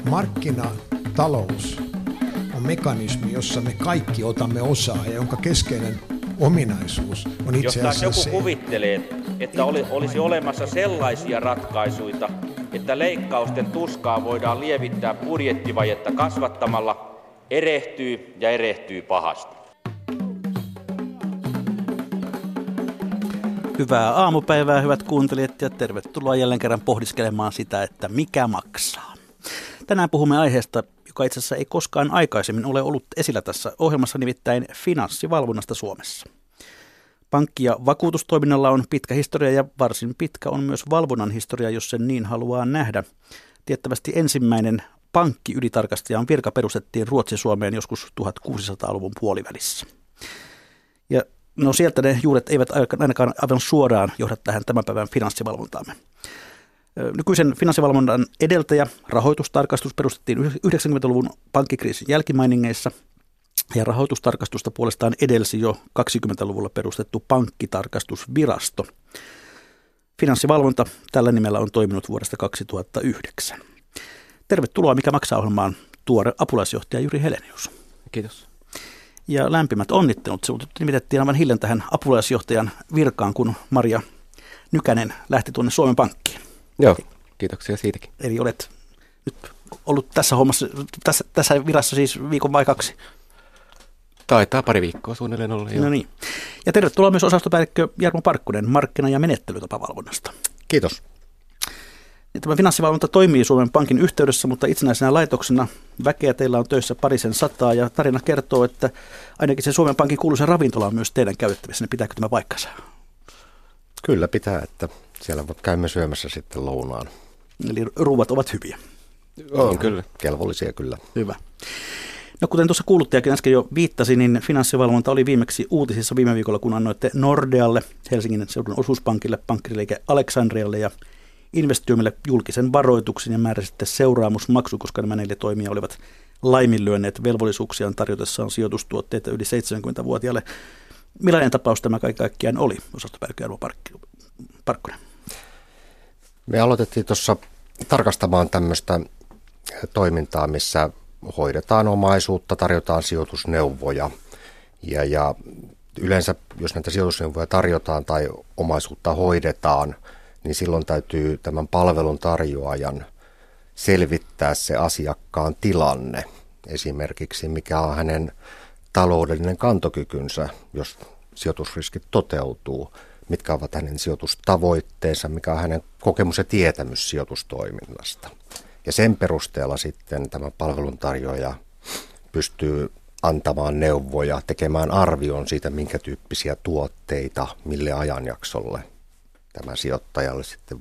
Markkinatalous on mekanismi, jossa me kaikki otamme osaa ja jonka keskeinen ominaisuus on itse asiassa jos joku kuvittelee, että olisi olemassa sellaisia ratkaisuja, että leikkausten tuskaa voidaan lievittää budjettivajetta kasvattamalla, erehtyy pahasti. Hyvää aamupäivää, hyvät kuuntelijat, ja tervetuloa jälleen kerran pohdiskelemaan sitä, että mikä maksaa. Tänään puhumme aiheesta, joka itse asiassa ei koskaan aikaisemmin ole ollut esillä tässä ohjelmassa, nimittäin finanssivalvonnasta Suomessa. Pankki- ja vakuutustoiminnalla on pitkä historia ja varsin pitkä on myös valvonnan historia, jos sen niin haluaa nähdä. Tiettävästi ensimmäinen pankkiylitarkastajan virka perustettiin Ruotsi-Suomeen joskus 1600-luvun puolivälissä. Ja no sieltä ne juuret eivät ainakaan aivan suoraan johda tähän tämän päivän finanssivalvontaamme. Nykyisen finanssivalvonnan edeltäjä rahoitustarkastus perustettiin 90-luvun pankkikriisin jälkimainingeissa ja rahoitustarkastusta puolestaan edelsi jo 20-luvulla perustettu pankkitarkastusvirasto. Finanssivalvonta tällä nimellä on toiminut vuodesta 2009. Tervetuloa Mikä maksaa -ohjelmaan tuore apulaisjohtaja Jyri Helenius. Kiitos. Ja lämpimät onnittelut. Se nimitettiin aivan hiljan tähän apulaisjohtajan virkaan, kun Maria Nykänen lähti tuonne Suomen Pankkiin. Joo, kiitoksia siitäkin. Eli olet nyt ollut tässä hommassa, tässä virassa siis viikon vai 2? Taitaa pari viikkoa suunnilleen olla. No niin. Ja tervetuloa myös osastopäällikkö Jarmo Parkkonen markkina- ja menettelytapavalvonnasta. Kiitos. Tämä finanssivalvonta toimii Suomen Pankin yhteydessä, mutta itsenäisenä laitoksena väkeä teillä on töissä parisen sataa, ja tarina kertoo, että ainakin se Suomen Pankin kuuluisa ravintola on myös teidän käytettävissä. Pitääkö tämä paikkansa? Kyllä pitää, että siellä käymme syömässä sitten lounaan. Eli ruuat ovat hyviä. On kyllä. Kelvollisia kyllä. Hyvä. No kuten tuossa kuuluttajakin äsken jo viittasi, niin finanssivalvonta oli viimeksi uutisissa viime viikolla, kun annoitte Nordealle, Helsingin seudun osuuspankille, pankkiliike Alexandrialle ja Investiumille julkisen varoituksen ja määräsitte seuraamusmaksu, koska nämä 4 toimia olivat laiminlyönneet velvollisuuksiaan tarjotessaan sijoitustuotteita yli 70-vuotiaille. Millainen tapaus tämä kaikkiaan oli, osastopäällikkö Jarmo Parkkonen? Me aloitettiin tuossa tarkastamaan tämmöistä toimintaa, missä hoidetaan omaisuutta, tarjotaan sijoitusneuvoja ja yleensä, jos näitä sijoitusneuvoja tarjotaan tai omaisuutta hoidetaan, niin silloin täytyy tämän palvelun tarjoajan selvittää se asiakkaan tilanne. Esimerkiksi mikä on hänen taloudellinen kantokykynsä, jos sijoitusriskit toteutuu, mitkä ovat hänen sijoitustavoitteensa, mikä on hänen kokemus ja tietämys sijoitustoiminnasta. Ja sen perusteella sitten tämä palveluntarjoaja pystyy antamaan neuvoja, tekemään arvion siitä, minkä tyyppisiä tuotteita, mille ajanjaksolle tämä sijoittajalle sitten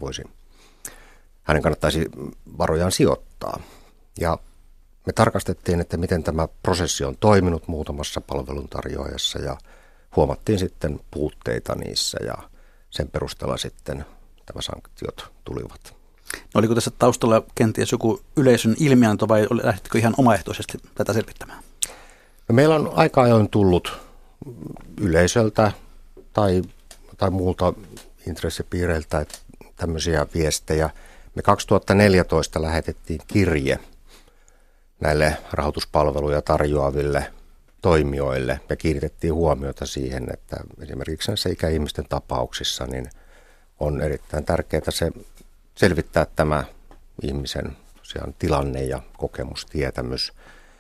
hänen kannattaisi varojaan sijoittaa. Ja me tarkastettiin, että miten tämä prosessi on toiminut muutamassa palveluntarjoajassa ja huomattiin sitten puutteita niissä ja sen perusteella sitten tämä sanktiot tulivat. No, oliko tässä taustalla kenties joku yleisön ilmianto vai lähtitkö ihan omaehtoisesti tätä selvittämään? No, meillä on aika ajoin tullut yleisöltä tai muulta intressipiireiltä tämmöisiä viestejä. Me 2014 lähetettiin kirje näille rahoituspalveluja tarjoaville toimijoille ja kiinnitettiin huomiota siihen, että esimerkiksi näissä ikäihmisten tapauksissa niin on erittäin tärkeää se selvittää tämä ihmisen tilanne ja kokemustietämys.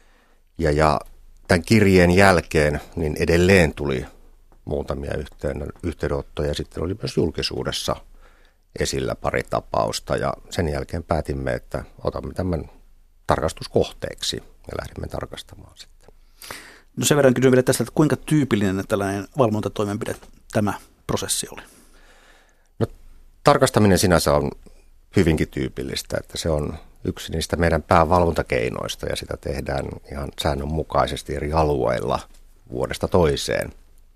Ja tämän kirjeen jälkeen niin edelleen tuli muutamia yhteydenottoja. Sitten oli myös julkisuudessa esillä pari tapausta ja sen jälkeen päätimme, että otamme tämän tarkastuskohteeksi ja lähdimme tarkastamaan sitten. No sen verran kysyn vielä tästä, että kuinka tyypillinen tällainen valvontatoimenpide tämä prosessi oli? No, tarkastaminen sinänsä on hyvinkin tyypillistä, että se on yksi niistä meidän päävalvontakeinoista ja sitä tehdään ihan säännönmukaisesti eri alueilla vuodesta toiseen.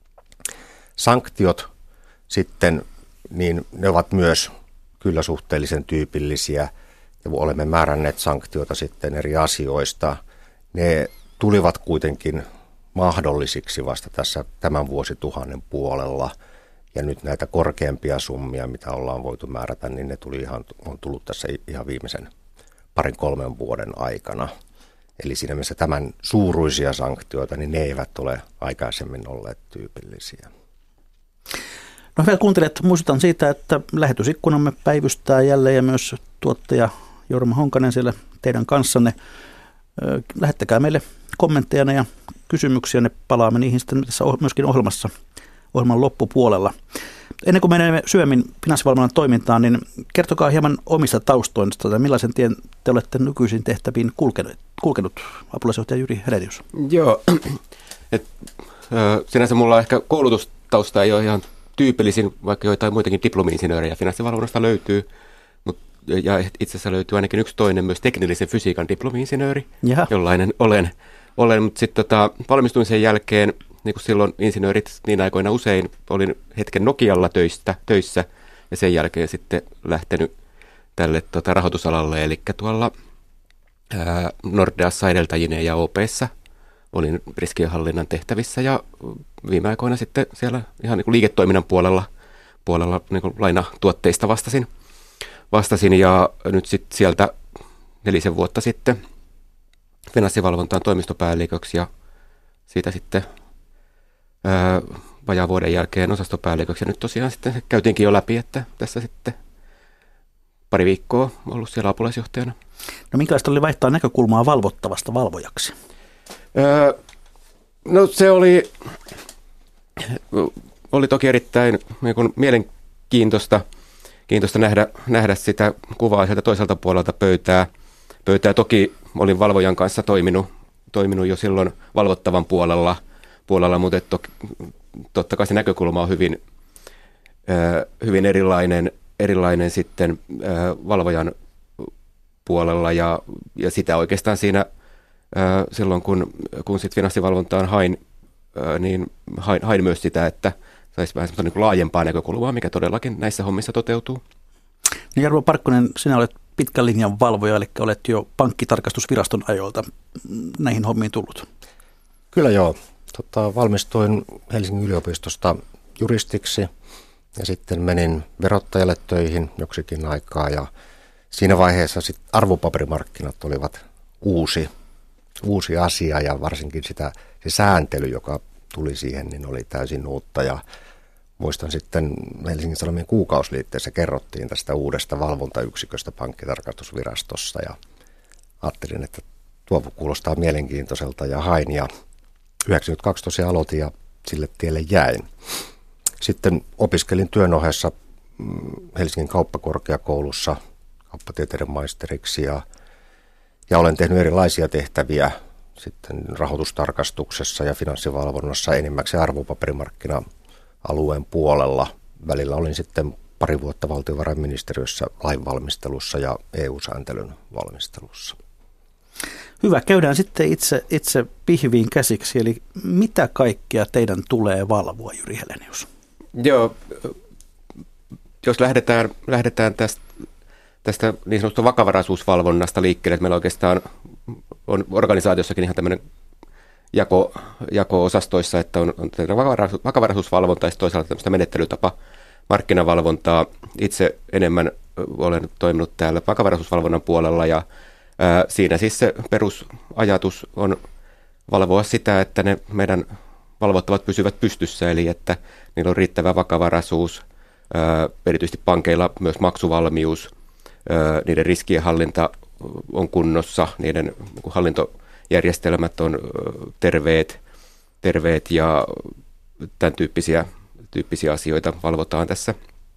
Sanktiot sitten, niin ne ovat myös kyllä suhteellisen tyypillisiä ja olemme määränneet sanktioita sitten eri asioista. Ne tulivat kuitenkin mahdollisiksi vasta tässä tämän vuosituhannen puolella ja nyt näitä korkeampia summia, mitä ollaan voitu määrätä, niin ne on tullut tässä ihan viimeisen 2-3 vuoden aikana. Eli siinä mielessä tämän suuruisia sanktioita, niin ne eivät ole aikaisemmin olleet tyypillisiä. No hyvät kuuntelijat, muistutan siitä, että lähetysikkunamme päivystää jälleen ja myös tuottaja Jorma Honkanen siellä teidän kanssanne. Lähettäkää meille kommentteja ja kysymyksiä, ne palaamme niihin sitten tässä myöskin ohjelman loppupuolella. Ennen kuin menemme syömin finanssivalvonnan toimintaan, niin kertokaa hieman omista taustoista ja millaisen tien te olette nykyisin tehtäviin kulkenut apulaisjohtaja Jyri Helenius. Joo, sinänsä mulla ehkä koulutustausta ei ole ihan tyypillisin, vaikka joitain muitakin diplomi-insinöörejä finanssivalvonnasta löytyy, ja itse asiassa löytyy ainakin yksi toinen myös teknillisen fysiikan diplomi-insinööri, jollainen olen, mutta sitten valmistumisen jälkeen, niin kuin silloin insinöörit niin aikoina usein, olin hetken Nokialla töissä ja sen jälkeen sitten lähtenyt tälle rahoitusalalle, eli tuolla Nordeassa edeltäjineen ja OP:ssa olin riskienhallinnan tehtävissä ja viime aikoina sitten siellä ihan niin kuin liiketoiminnan puolella niin kuin lainatuotteista vastasin ja nyt sitten sieltä 4 vuotta sitten finanssivalvontaan toimistopäälliköksi ja siitä sitten vajaan vuoden jälkeen osastopäälliköksi ja nyt tosiaan sitten käytiinkin jo läpi, että tässä sitten pari viikkoa ollut siellä apulaisjohtajana. No minkälaista oli vaihtaa näkökulmaa valvottavasta valvojaksi? No se oli toki erittäin niin kuin mielenkiintoista nähdä sitä kuvaa sieltä toiselta puolelta pöytää. Toki olin valvojan kanssa toiminut jo silloin valvottavan puolella, mutta totta kai se näkökulma on hyvin erilainen sitten valvojan puolella ja sitä oikeastaan siinä silloin kun sit finanssivalvontaan hain myös sitä, että saisi vähän semmoista niin kuin laajempaa näkökulmaa, mikä todellakin näissä hommissa toteutuu. No Jarmo Parkkonen, sinä olet pitkän linjan valvoja, eli olet jo pankkitarkastusviraston ajoilta näihin hommiin tullut. Kyllä joo. Valmistuin Helsingin yliopistosta juristiksi ja sitten menin verottajalle töihin joksikin aikaa ja siinä vaiheessa sitten arvopaperimarkkinat olivat uusi asia ja varsinkin se sääntely, joka tuli siihen, niin oli täysin uutta ja muistan sitten Helsingin Sanomien kuukausiliitteessä kerrottiin tästä uudesta valvontayksiköstä pankkitarkastusvirastossa ja ajattelin, että tuo kuulostaa mielenkiintoiselta ja hain ja 92 tosiaan aloitin ja sille tielle jäin. Sitten opiskelin työn ohessa Helsingin kauppakorkeakoulussa kauppatieteiden maisteriksi ja olen tehnyt erilaisia tehtäviä sitten rahoitustarkastuksessa ja finanssivalvonnassa enimmäkseen arvopaperimarkkina-alueen puolella. Välillä olin sitten 2 vuotta valtiovarainministeriössä lainvalmistelussa ja EU-sääntelyn valmistelussa. Hyvä, käydään sitten itse pihviin käsiksi, eli mitä kaikkea teidän tulee valvoa, Jyri Helenius? Joo, jos lähdetään tästä niin sanotusta vakavaraisuusvalvonnasta liikkeelle, että meillä oikeastaan on organisaatiossakin ihan tämmöinen jako-osastoissa, että on vakavaraisuusvalvonta ja toisaalta tämmöistä menettelytapa markkinavalvontaa. Itse enemmän olen toiminut täällä vakavaraisuusvalvonnan puolella ja siinä siis se perusajatus on valvoa sitä, että ne meidän valvottavat pysyvät pystyssä, eli että niillä on riittävä vakavaraisuus, erityisesti pankeilla myös maksuvalmius, niiden riskienhallinta on kunnossa, niiden hallintojärjestelmät on terveet ja tämän tyyppisiä asioita valvotaan tässä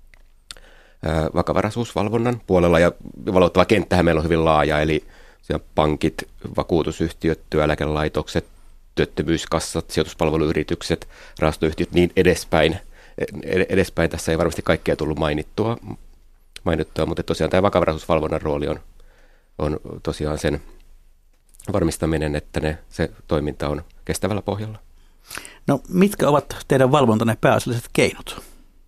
vakavaraisuusvalvonnan puolella ja valvottava kenttähän meillä on hyvin laaja, eli pankit, vakuutusyhtiöt, työeläkelaitokset, työttömyyskassat, sijoituspalveluyritykset, rahastoyhtiöt, niin edespäin. Tässä ei varmasti kaikkea tullut mainittua, mutta tosiaan tämä vakavaraisuusvalvonnan rooli on tosiaan sen varmistaminen, että se toiminta on kestävällä pohjalla. No mitkä ovat teidän valvontanne pääasialliset keinot?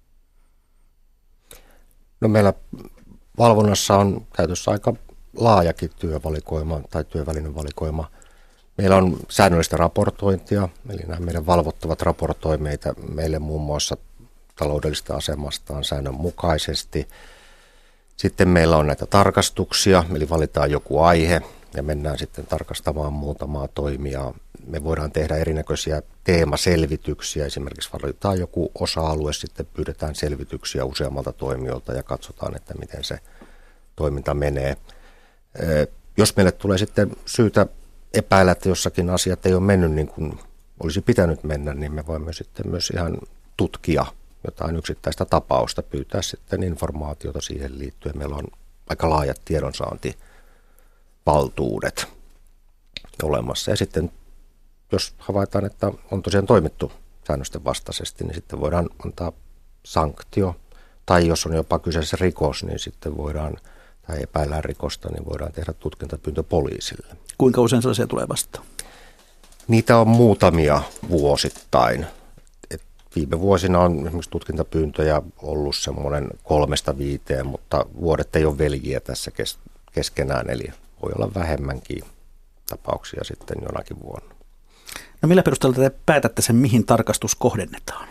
No meillä valvonnassa on käytössä aika laajakin työvalikoima tai työvälinen valikoima. Meillä on säännöllistä raportointia, eli nämä meidän valvottavat raportoi meille muun muassa taloudellisesta asemastaan säännönmukaisesti. Sitten meillä on näitä tarkastuksia, eli valitaan joku aihe ja mennään sitten tarkastamaan muutamaa toimijaa. Me voidaan tehdä erinäköisiä teemaselvityksiä, esimerkiksi valitaan joku osa-alue, sitten pyydetään selvityksiä useammalta toimijolta ja katsotaan, että miten se toiminta menee. Jos meille tulee sitten syytä epäillä, että jossakin asiat ei ole mennyt niin kuin olisi pitänyt mennä, niin me voimme sitten myös ihan tutkia jotain yksittäistä tapausta, pyytää sitten informaatiota siihen liittyen. Meillä on aika laajat tiedonsaantivaltuudet olemassa. Ja sitten jos havaitaan, että on tosiaan toimittu säännösten vastaisesti, niin sitten voidaan antaa sanktio. Tai jos on jopa kyseessä rikos, niin sitten voidaan, tai epäillään rikosta, niin voidaan tehdä tutkintapyyntö poliisille. Kuinka usein sellaisia tulee vastaan? Niitä on muutamia vuosittain. Viime vuosina on esimerkiksi tutkintapyyntöjä ollut semmoinen 3-5, mutta vuodet ei ole veljiä tässä keskenään, eli voi olla vähemmänkin tapauksia sitten jonakin vuonna. No millä perusteella te päätätte sen, mihin tarkastus kohdennetaan?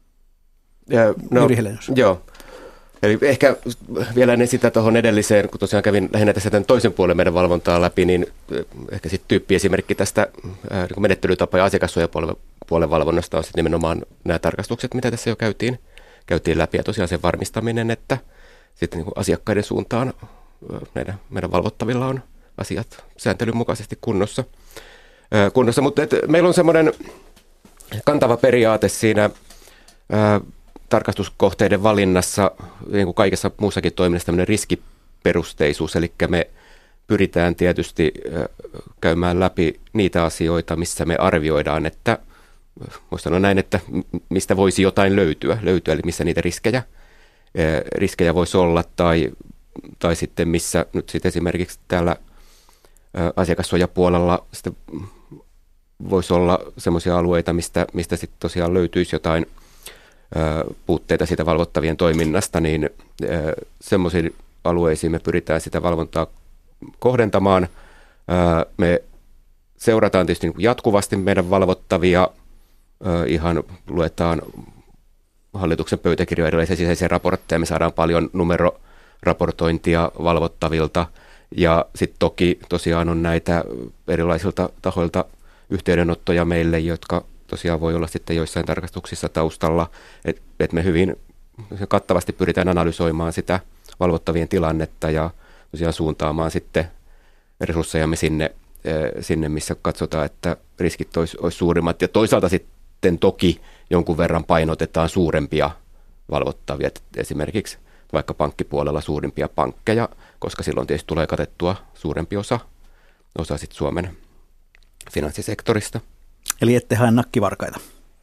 Joo. Eli ehkä vielä ennen sitä tuohon edelliseen, kun tosiaan kävin lähinnä tässä tämän toisen puolen meidän valvontaa läpi, niin ehkä sitten tyyppiesimerkki tästä menettelytapa- ja asiakassuojapuolen valvonnasta on sitten nimenomaan nämä tarkastukset, mitä tässä jo käytiin läpi. Ja tosiaan sen varmistaminen, että sitten niin asiakkaiden suuntaan meidän valvottavilla on asiat sääntelyn mukaisesti kunnossa. Mutta meillä on semmoinen kantava periaate siinä tarkastuskohteiden valinnassa, niin kuin kaikessa muussakin toiminnassa, tämmöinen riskiperusteisuus, eli me pyritään tietysti käymään läpi niitä asioita, missä me arvioidaan, että voisi sanoa näin, että mistä voisi jotain löytyä, eli missä niitä riskejä voisi olla, tai sitten missä nyt sitten esimerkiksi täällä asiakassuojapuolella sitten voisi olla semmoisia alueita, mistä sitten tosiaan löytyisi jotain puutteita siitä valvottavien toiminnasta, niin semmoisiin alueisiin me pyritään sitä valvontaa kohdentamaan. Me seurataan tietysti jatkuvasti meidän valvottavia, ihan luetaan hallituksen pöytäkirjoja, erilaisia sisäisiä raportteja, me saadaan paljon numeroraportointia valvottavilta, ja sitten toki tosiaan on näitä erilaisilta tahoilta yhteydenottoja meille, jotka tosiaan voi olla sitten joissain tarkastuksissa taustalla, että me hyvin kattavasti pyritään analysoimaan sitä valvottavien tilannetta ja tosiaan suuntaamaan sitten resurssejamme sinne, missä katsotaan, että riskit olisi suurimmat. Ja toisaalta sitten toki jonkun verran painotetaan suurempia valvottavia, esimerkiksi vaikka pankkipuolella suurimpia pankkeja, koska silloin tietysti tulee katettua suurempi osa sitten Suomen finanssisektorista. Eli ette hae nakkivarkaita?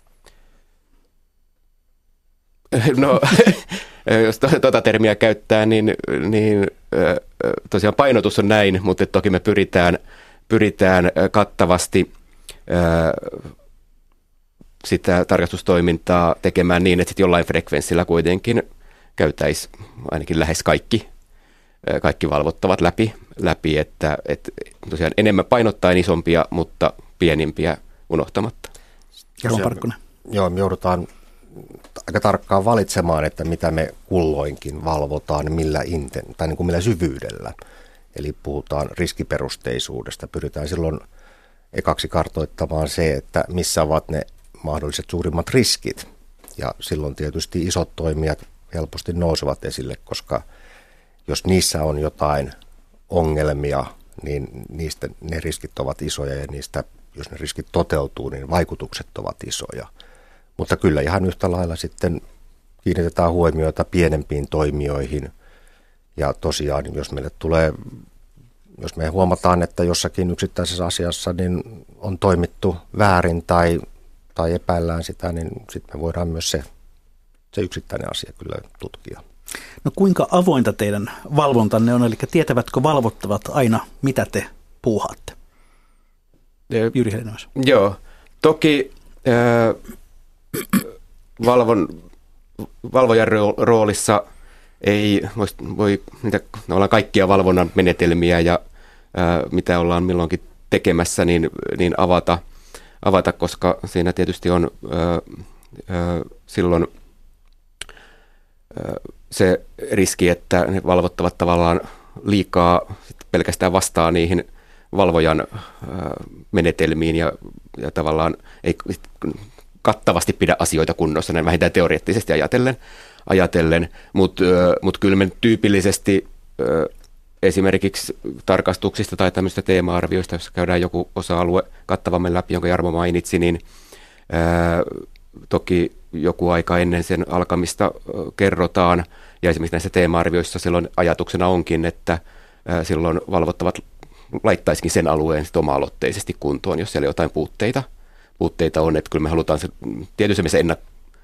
No, jos tuota termiä käyttää, niin tosiaan painotus on näin, mutta toki me pyritään kattavasti sitä tarkastustoimintaa tekemään niin, että sitten jollain frekvenssillä kuitenkin käytäisi ainakin lähes kaikki valvottavat läpi että tosiaan enemmän painottaen isompia, mutta pienimpiä unohtamatta. Joo, me joudutaan aika tarkkaan valitsemaan, että mitä me kulloinkin valvotaan, millä syvyydellä. Eli puhutaan riskiperusteisuudesta. Pyritään silloin ekaksi kartoittamaan se, että missä ovat ne mahdolliset suurimmat riskit. Ja silloin tietysti isot toimijat helposti nousevat esille, koska jos niissä on jotain ongelmia, niin niistä ne riskit ovat isoja ja niistä, jos ne riskit toteutuu, niin vaikutukset ovat isoja. Mutta kyllä ihan yhtä lailla sitten kiinnitetään huomioita pienempiin toimijoihin. Ja tosiaan, jos me huomataan, että jossakin yksittäisessä asiassa niin on toimittu väärin tai epäillään sitä, niin sitten me voidaan myös se yksittäinen asia kyllä tutkia. No kuinka avointa teidän valvontanne on, eli tietävätkö valvottavat aina, mitä te puuhaatte? Jyri Helenius. Joo, toki valvojan roolissa ei voi niitä kaikkia valvonnan menetelmiä ja mitä ollaan milloinkin tekemässä, niin avata, koska siinä tietysti on silloin se riski, että ne valvottavat tavallaan liikaa pelkästään vastaa niihin valvojan menetelmiin ja tavallaan ei kattavasti pidä asioita kunnossa, näin vähintään teoreettisesti ajatellen. Mutta kyllä me tyypillisesti esimerkiksi tarkastuksista tai tämmöistä teema-arvioista, jossa käydään joku osa-alue kattavammin läpi, jonka Jarmo mainitsi, niin toki joku aika ennen sen alkamista kerrotaan, ja esimerkiksi näissä teema-arvioissa silloin ajatuksena onkin, että silloin valvottavat laittaisikin sen alueen oma-aloitteisesti kuntoon, jos siellä jotain puutteita on, että kyllä me halutaan se tietyssä mielessä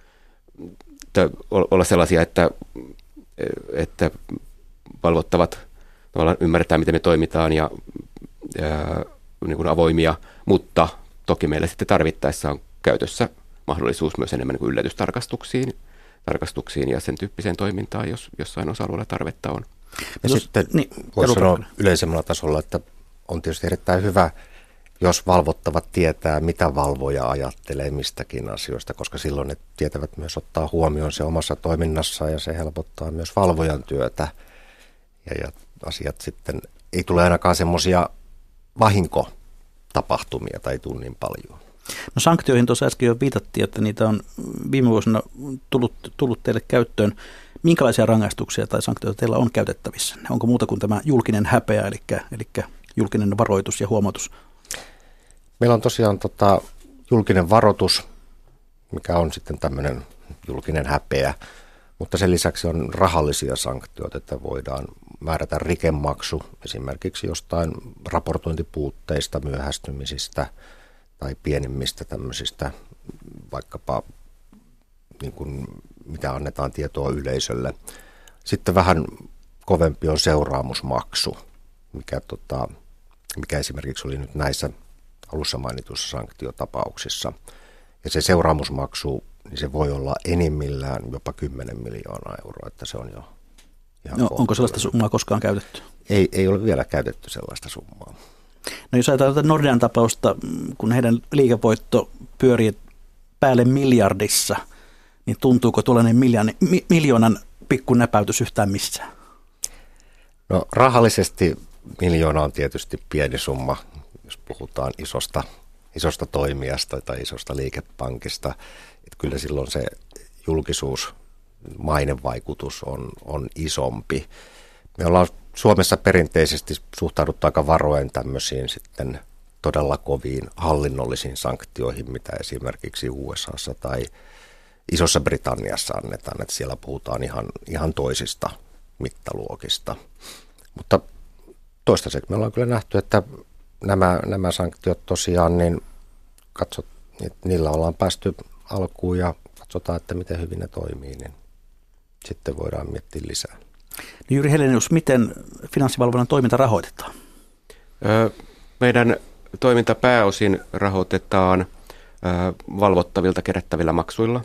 olla sellaisia, että valvottavat tavallaan ymmärtää, miten me toimitaan ja niin kuin avoimia, mutta toki meillä sitten tarvittaessa on käytössä mahdollisuus myös enemmän niin kuin yllätystarkastuksiin ja sen tyyppiseen toimintaan, jos jossain osa-alueella tarvetta on. Ja sitten voisi sanoa yleisemmällä tasolla, että on tietysti erittäin hyvä, jos valvottavat tietää, mitä valvoja ajattelee mistäkin asioista, koska silloin ne tietävät myös ottaa huomioon se omassa toiminnassaan ja se helpottaa myös valvojan työtä. Ja asiat sitten ei tule ainakaan semmoisia vahinkotapahtumia tai tule niin paljon. No sanktioihin tuossa äsken jo viitattiin, että niitä on viime vuosina tullut teille käyttöön. Minkälaisia rangaistuksia tai sanktioita teillä on käytettävissä? Onko muuta kuin tämä julkinen häpeä, eli julkinen varoitus ja huomautus? Meillä on tosiaan julkinen varoitus, mikä on sitten tämmöinen julkinen häpeä, mutta sen lisäksi on rahallisia sanktioita, että voidaan määrätä rikemaksu esimerkiksi jostain raportointipuutteista, myöhästymisistä tai pienimmistä tämmöisistä, vaikkapa niin kuin, mitä annetaan tietoa yleisölle. Sitten vähän kovempi on seuraamusmaksu, mikä esimerkiksi oli nyt näissä alussa mainituissa sanktiotapauksissa. Ja se seuraamusmaksu, niin se voi olla enimmillään jopa 10 miljoonaa euroa, että se on jo ihan onko sellaista summaa koskaan käytetty? Ei ole vielä käytetty sellaista summaa. No jos ajatellaan Nordean tapausta, kun heidän liikevoitto pyörii päälle miljardissa, niin tuntuuko tuollainen miljoonan pikku näpäytys yhtään missään? No rahallisesti miljoona on tietysti pieni summa, jos puhutaan isosta toimijasta tai isosta liikepankista. Että kyllä silloin se julkisuus, mainevaikutus on isompi. Me ollaan Suomessa perinteisesti suhtauduttu aika varoen tämmöisiin sitten todella koviin hallinnollisiin sanktioihin, mitä esimerkiksi USAssa tai Isossa Britanniassa annetaan, että siellä puhutaan ihan toisista mittaluokista. Mutta toistaiseksi me ollaan kyllä nähty, että nämä sanktiot tosiaan, niin niillä ollaan päästy alkuun ja katsotaan, että miten hyvin ne toimii, niin sitten voidaan miettiä lisää. No Jyri Helenius, miten finanssivalvonnan toiminta rahoitetaan? Meidän toiminta pääosin rahoitetaan valvottavilta kerättävillä maksuilla.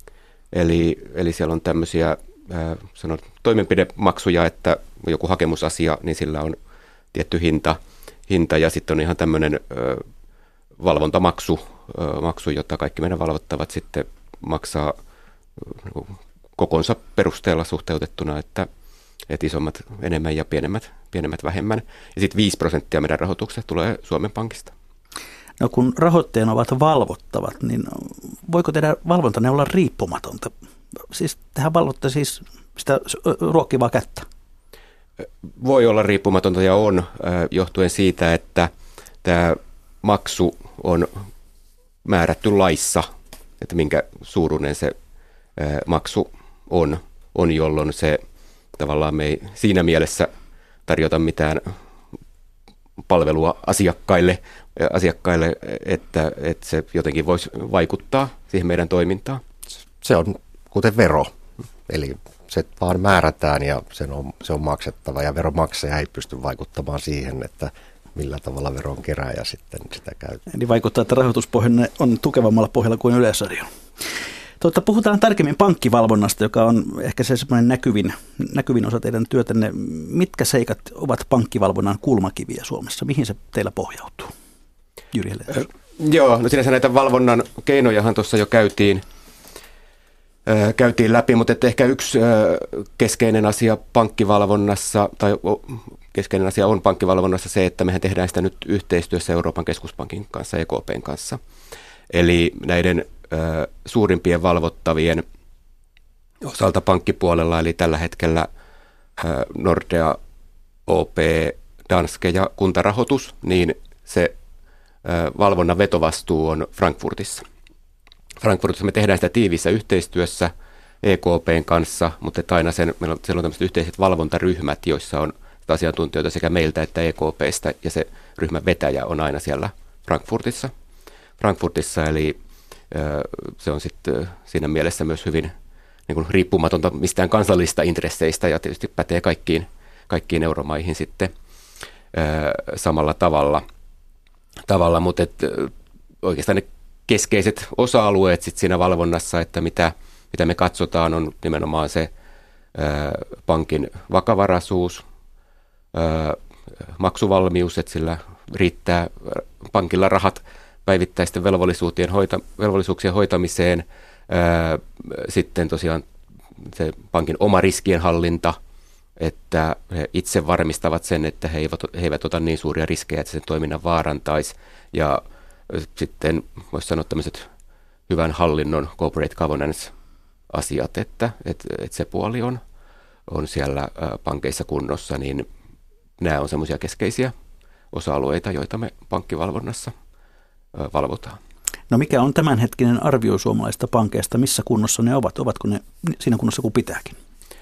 Eli siellä on tämmöisiä toimenpidemaksuja, että joku hakemusasia, niin sillä on tietty hinta ja sitten on ihan tämmöinen valvontamaksu, jota kaikki meidän valvottavat sitten maksaa kokonsa perusteella suhteutettuna, että isommat enemmän ja pienemmät vähemmän. Ja sitten 5% meidän rahoituksesta tulee Suomen Pankista. No kun rahoitteena ovat valvottavat, niin voiko teidän valvontanne olla riippumatonta? Siis tehän valvotte siis sitä ruokkivaa kättä. Voi olla riippumatonta ja on johtuen siitä, että tämä maksu on määrätty laissa, että minkä suuruinen se maksu on, jolloin se tavallaan me ei siinä mielessä tarjota mitään palvelua asiakkaille, että se jotenkin voisi vaikuttaa siihen meidän toimintaan. Se on kuten vero, eli se vaan määrätään ja se on maksettava ja veronmaksaja ei pysty vaikuttamaan siihen, että millä tavalla veron kerääjä sitten sitä käyttää. Eli vaikuttaa, että rahoituspohjanne on tukevammalla pohjalla kuin Yleisradio. Puhutaan tarkemmin pankkivalvonnasta, joka on ehkä se semmoinen näkyvin osa teidän työtänne. Mitkä seikat ovat pankkivalvonnan kulmakiviä Suomessa? Mihin se teillä pohjautuu? Jyri Helenius. Joo, no sinänsä näitä valvonnan keinojahan tuossa jo käytiin käytiin läpi, mutta että ehkä yksi keskeinen asia pankkivalvonnassa, tai keskeinen asia on pankkivalvonnassa se, että mehän tehdään sitä nyt yhteistyössä Euroopan keskuspankin kanssa, EKPn kanssa. Eli näiden suurimpien valvottavien osalta pankkipuolella, eli tällä hetkellä Nordea, OP, Danske ja Kuntarahoitus, niin se valvonnan vetovastuu on Frankfurtissa. Frankfurtissa me tehdään sitä tiiviissä yhteistyössä EKPn kanssa, mutta että aina siellä on tämmöiset yhteiset valvontaryhmät, joissa on asiantuntijoita sekä meiltä että EKPstä, ja se ryhmän vetäjä on aina siellä Frankfurtissa, eli se on sitten siinä mielessä myös hyvin niin kuin riippumatonta mistään kansallisista intresseistä, ja tietysti pätee kaikkiin euromaihin sitten samalla tavalla, mutta oikeastaan ne keskeiset osa-alueet sit siinä valvonnassa, että mitä me katsotaan, on nimenomaan se pankin vakavaraisuus, maksuvalmius, että sillä riittää pankilla rahat päivittäisten velvollisuuksien hoitamiseen, sitten tosiaan se pankin oma riskienhallinta, että he itse varmistavat sen, että he eivät ota niin suuria riskejä, että sen toiminnan vaarantaisi, ja sitten voisi sanoa tämmöiset hyvän hallinnon corporate governance-asiat, että se puoli on siellä pankeissa kunnossa, niin nämä on semmoisia keskeisiä osa-alueita, joita me pankkivalvonnassa valvotaan. No mikä on tämänhetkinen arvio suomalaisista pankeista, missä kunnossa ne ovat? Ovatko ne siinä kunnossa kuin pitääkin?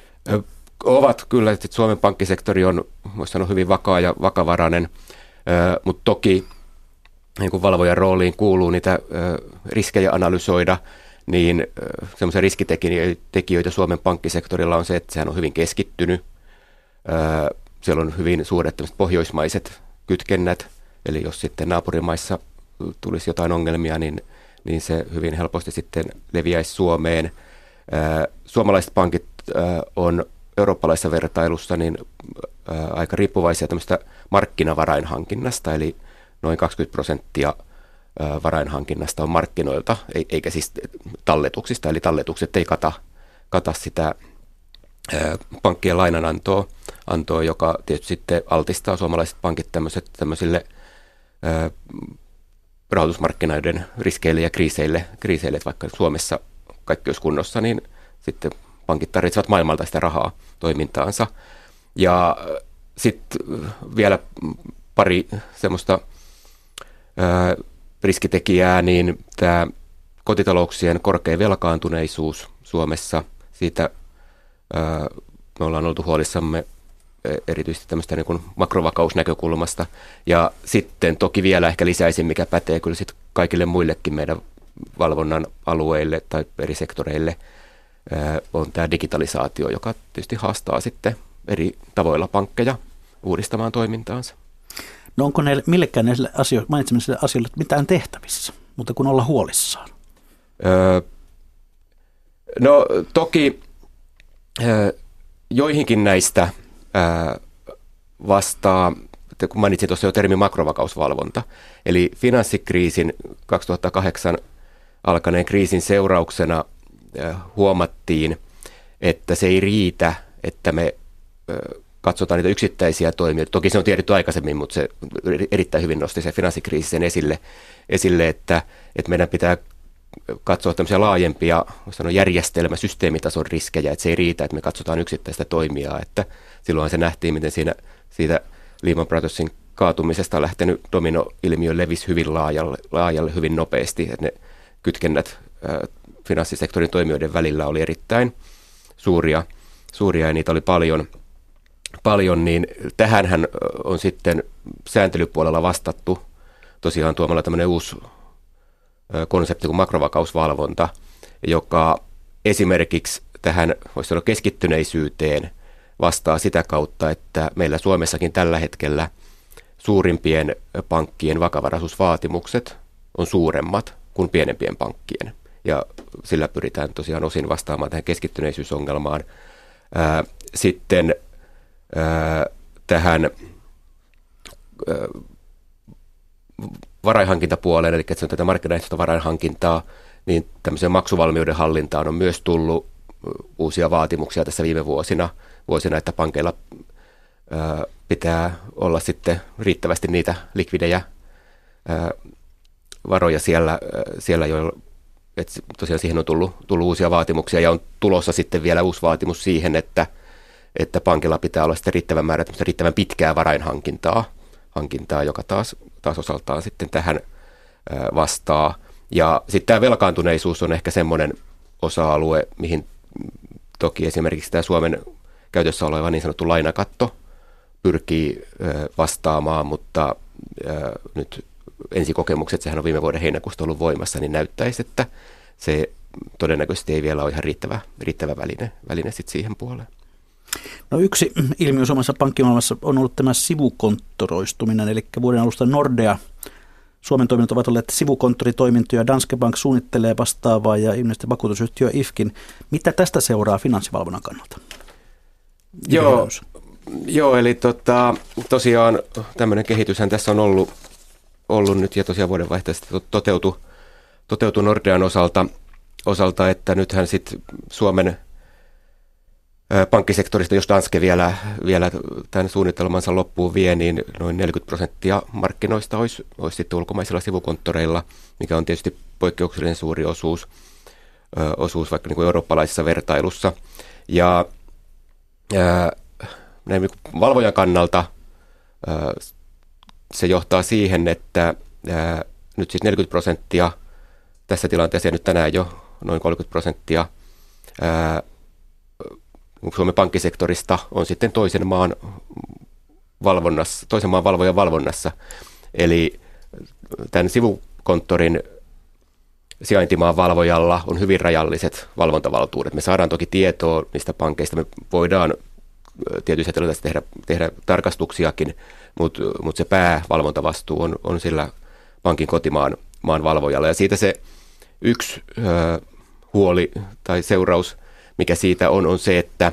Ovat kyllä, että Suomen pankkisektori on, voisi sanoa, hyvin vakaa ja vakavarainen, mutta toki niin kuin valvojan rooliin kuuluu niitä riskejä analysoida, niin semmoisia riskitekijöitä Suomen pankkisektorilla on se, että sehän on hyvin keskittynyt. Siellä on hyvin suuret pohjoismaiset kytkennät, eli jos sitten naapurimaissa tulisi jotain ongelmia, niin se hyvin helposti sitten leviäisi Suomeen. Suomalaiset pankit on eurooppalaisessa vertailussa niin aika riippuvaisia tämmöistä markkinavarainhankinnasta, eli noin 20% varainhankinnasta on markkinoilta, eikä siis talletuksista, eli talletukset ei kata sitä pankkien lainanantoa, joka tietysti sitten altistaa suomalaiset pankit tämmöisille rahoitusmarkkinoiden riskeille ja kriiseille, että vaikka Suomessa kaikki olisi kunnossa, niin sitten pankit tarvitsevat maailmalta sitä rahaa toimintaansa. Ja sitten vielä pari semmoista riskitekijää, niin tämä kotitalouksien korkea velkaantuneisuus Suomessa, siitä me ollaan oltu huolissamme erityisesti tämmöistä niin kuin makrovakausnäkökulmasta. Ja sitten toki vielä ehkä lisäisin, mikä pätee kyllä sitten kaikille muillekin meidän valvonnan alueille tai eri sektoreille, on tämä digitalisaatio, joka tietysti haastaa sitten eri tavoilla pankkeja uudistamaan toimintaansa. No onko millekään näille mainitsemisille asioille mitään tehtävissä, mutta kun olla huolissaan? No toki joihinkin näistä vastaa, kun mainitsin tuossa jo termi makrovakausvalvonta, eli finanssikriisin 2008 alkaneen kriisin seurauksena huomattiin, että se ei riitä, että me katsotaan niitä yksittäisiä toimijoita. Toki se on tiedetty aikaisemmin, mutta se erittäin hyvin nosti se finanssikriisi sen esille että meidän pitää katsoa tämmöisiä laajempia järjestelmä- systeemitason riskejä, että se ei riitä, että me katsotaan yksittäistä toimijaa, että silloin se nähtiin, miten siitä Lehman Brothersin kaatumisesta lähtenyt dominoilmiö levisi hyvin laajalle hyvin nopeasti, että ne kytkennät finanssisektorin toimijoiden välillä oli erittäin suuria ja niitä oli paljon, niin tähänhän on sitten sääntelypuolella vastattu tosiaan tuomalla tämmöinen uusi konsepti kuin makrovakausvalvonta, joka esimerkiksi tähän voisi sanoa keskittyneisyyteen vastaa sitä kautta, että meillä Suomessakin tällä hetkellä suurimpien pankkien vakavaraisuusvaatimukset on suuremmat kuin pienempien pankkien. Ja sillä pyritään tosiaan osin vastaamaan tähän keskittyneisyysongelmaan. Sitten tähän varainhankintapuoleen, eli se on tätä markkinaehtoista varainhankintaa, niin tämmöisen maksuvalmiuden hallintaan on myös tullut uusia vaatimuksia tässä viime vuosina, että pankeilla pitää olla sitten riittävästi niitä likvidejä varoja siellä että tosiaan siihen on tullut uusia vaatimuksia ja on tulossa sitten vielä uusi vaatimus siihen, että pankilla pitää olla sitten riittävän määrä riittävän pitkää varainhankintaa, joka taas osaltaan sitten tähän vastaa. Ja sitten tämä velkaantuneisuus on ehkä semmoinen osa-alue, mihin toki esimerkiksi tämä Suomen käytössä oleva niin sanottu lainakatto pyrkii vastaamaan, mutta nyt ensikokemukset, sehän on viime vuoden heinäkuusta ollut voimassa, niin näyttäisi, että se todennäköisesti ei vielä ole ihan riittävä väline sitten siihen puoleen. No yksi ilmiö Suomessa pankkimaailmassa on ollut tämä sivukonttoroistuminen, eli vuoden alusta Nordea, Suomen toiminnot ovat olleet sivukonttoritoimintoja, Danske Bank suunnittelee vastaavaa ja ilmeisesti vakuutusyhtiö IFKin. Mitä tästä seuraa finanssivalvonnan kannalta? Joo, eli tosiaan tämmöinen kehityshän tässä on ollut nyt ja tosiaan vuodenvaihteessa toteutui Nordean osalta, että nythän sitten Suomen pankkisektorista, jos Danske vielä tämän suunnitelmansa loppuun vie, niin noin 40% markkinoista olisi sitten ulkomaisilla sivukonttoreilla, mikä on tietysti poikkeuksellinen suuri osuus vaikka niin kuin eurooppalaisessa vertailussa. Ja näin valvojan kannalta se johtaa siihen, että nyt siis 40% tässä tilanteessa ja nyt tänään jo noin 30% Suomen pankkisektorista on sitten toisen maan valvojan valvonnassa. Eli tämän sivukonttorin sijaintimaan valvojalla on hyvin rajalliset valvontavaltuudet. Me saadaan toki tietoa niistä pankeista, me voidaan tietyissä tilanteissa tehdä tarkastuksiakin, mutta se päävalvontavastuu on sillä pankin kotimaan valvojalla. Ja siitä se yksi huoli tai seuraus, mikä siitä on se, että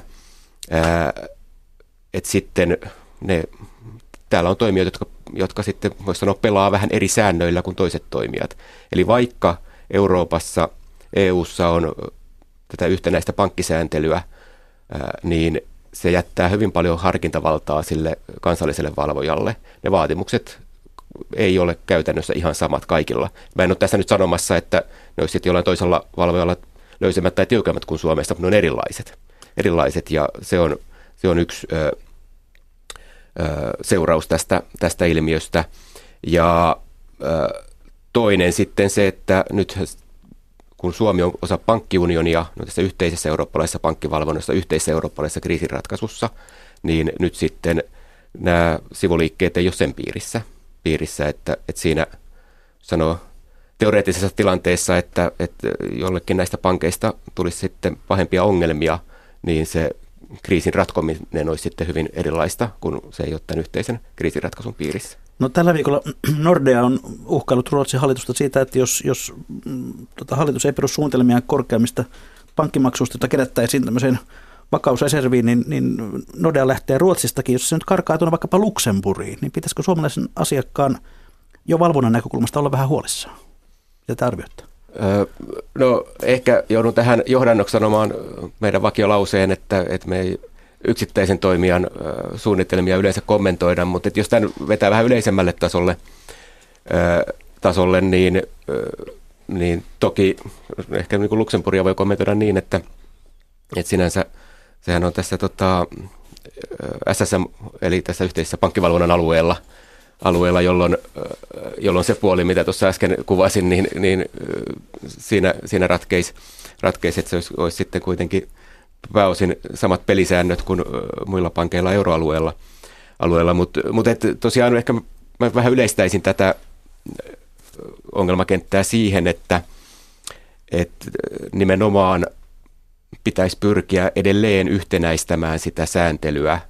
sitten täällä on toimijoita, jotka sitten voisi sanoa pelaa vähän eri säännöillä kuin toiset toimijat. Eli vaikka Euroopassa, EU:ssa on tätä yhtenäistä pankkisääntelyä, niin se jättää hyvin paljon harkintavaltaa sille kansalliselle valvojalle. Ne vaatimukset ei ole käytännössä ihan samat kaikilla. Mä en ole tässä nyt sanomassa, että ne olisi sitten jollain toisella valvojalla löysemmät tai tiukemmat kuin Suomessa, mutta ne on erilaiset ja se on yksi seuraus tästä ilmiöstä. Ja toinen sitten se, että nyt kun Suomi on osa pankkiunionia tässä yhteisessä eurooppalaisessa pankkivalvonnassa, yhteisessä eurooppalaisessa kriisinratkaisussa, niin nyt sitten nämä sivuliikkeet ei ole sen piirissä että siinä sanoo teoreettisessa tilanteessa, että jollekin näistä pankeista tulisi sitten pahempia ongelmia, niin se kriisin ratkominen olisi sitten hyvin erilaista, kun se ei ole tämän yhteisen kriisinratkaisun piirissä. No, tällä viikolla Nordea on uhkaillut Ruotsin hallitusta siitä, että jos hallitus ei peru suunnitelmia korkeammista pankkimaksuista, jota kerättäisiin tämmöiseen vakausreserviin, niin Nordea lähtee Ruotsistakin. Jos se nyt karkaa tuonne vaikkapa Luxemburgiin, niin pitäisikö suomalaisen asiakkaan jo valvonnan näkökulmasta olla vähän huolissaan? Mitä te arvioitte? No, ehkä joudun tähän johdannoksi sanomaan meidän vakiolauseen, että me ei yksittäisen toimijan suunnitelmia yleensä kommentoida, mutta että jos tämän vetää vähän yleisemmälle tasolle, niin toki ehkä niin kuin Luxemburgia voi kommentoida niin, että sinänsä sehän on tässä SSM, eli tässä yhteisessä pankkivalvonnan alueella, jolloin se puoli, mitä tuossa äsken kuvasin, niin siinä ratkeisi, että se olisi sitten kuitenkin pääosin samat pelisäännöt kuin muilla pankeilla euroalueella. Mutta tosiaan ehkä mä vähän yleistäisin tätä ongelmakenttää siihen, että nimenomaan pitäisi pyrkiä edelleen yhtenäistämään sitä sääntelyä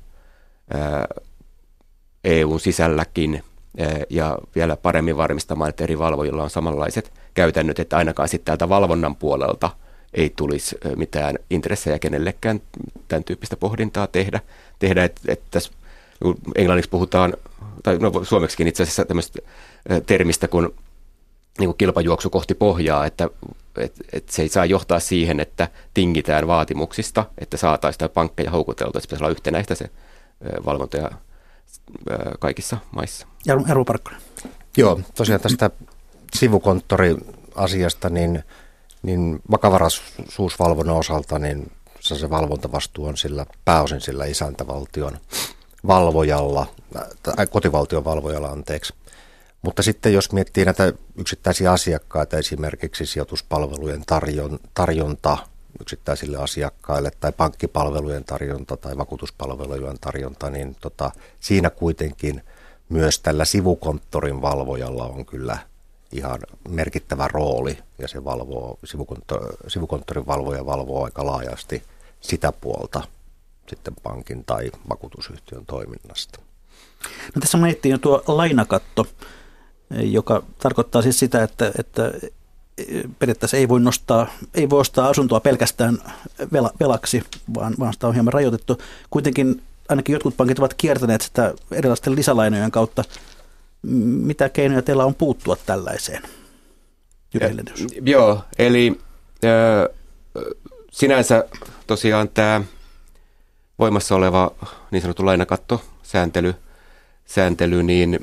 EUn sisälläkin ja vielä paremmin varmistamaan, että eri valvojilla on samanlaiset käytännöt, että ainakaan sitten täältä valvonnan puolelta ei tulisi mitään intressejä kenellekään tämän tyyppistä pohdintaa tehdä että tässä englanniksi puhutaan, tai no, suomeksikin itse asiassa tämmöistä termistä kuin niin kuin kilpajuoksu kohti pohjaa, että se ei saa johtaa siihen, että tingitään vaatimuksista, että saataisiin pankkeja houkuteltua, että se pitäisi olla yhtenäistä se valvonta kaikissa maissa. Jarmo Parkkonen. Joo, tosiaan tästä sivukonttoriasiasta, niin vakavaraisuusvalvonnan osalta niin se valvontavastuu on pääosin sillä isäntävaltion valvojalla, tai kotivaltion valvojalla, anteeksi. Mutta sitten jos miettii näitä yksittäisiä asiakkaita, esimerkiksi sijoituspalvelujen tarjonta yksittäisille asiakkaille tai pankkipalvelujen tarjonta tai vakuutuspalvelujen tarjonta, niin siinä kuitenkin myös tällä sivukonttorin valvojalla on kyllä ihan merkittävä rooli ja se sivukonttorin valvoja valvoo aika laajasti sitä puolta sitten pankin tai vakuutusyhtiön toiminnasta. No tässä mainittiin jo tuo lainakatto, joka tarkoittaa siis sitä, että periaatteessa ei voi ostaa asuntoa pelkästään velaksi, vaan sitä on hieman rajoitettu. Kuitenkin ainakin jotkut pankit ovat kiertäneet sitä erilaisten lisälainojen kautta. Mitä keinoja teillä on puuttua tällaiseen? Joo, eli sinänsä tosiaan tämä voimassa oleva niin sanottu lainakattosääntely, niin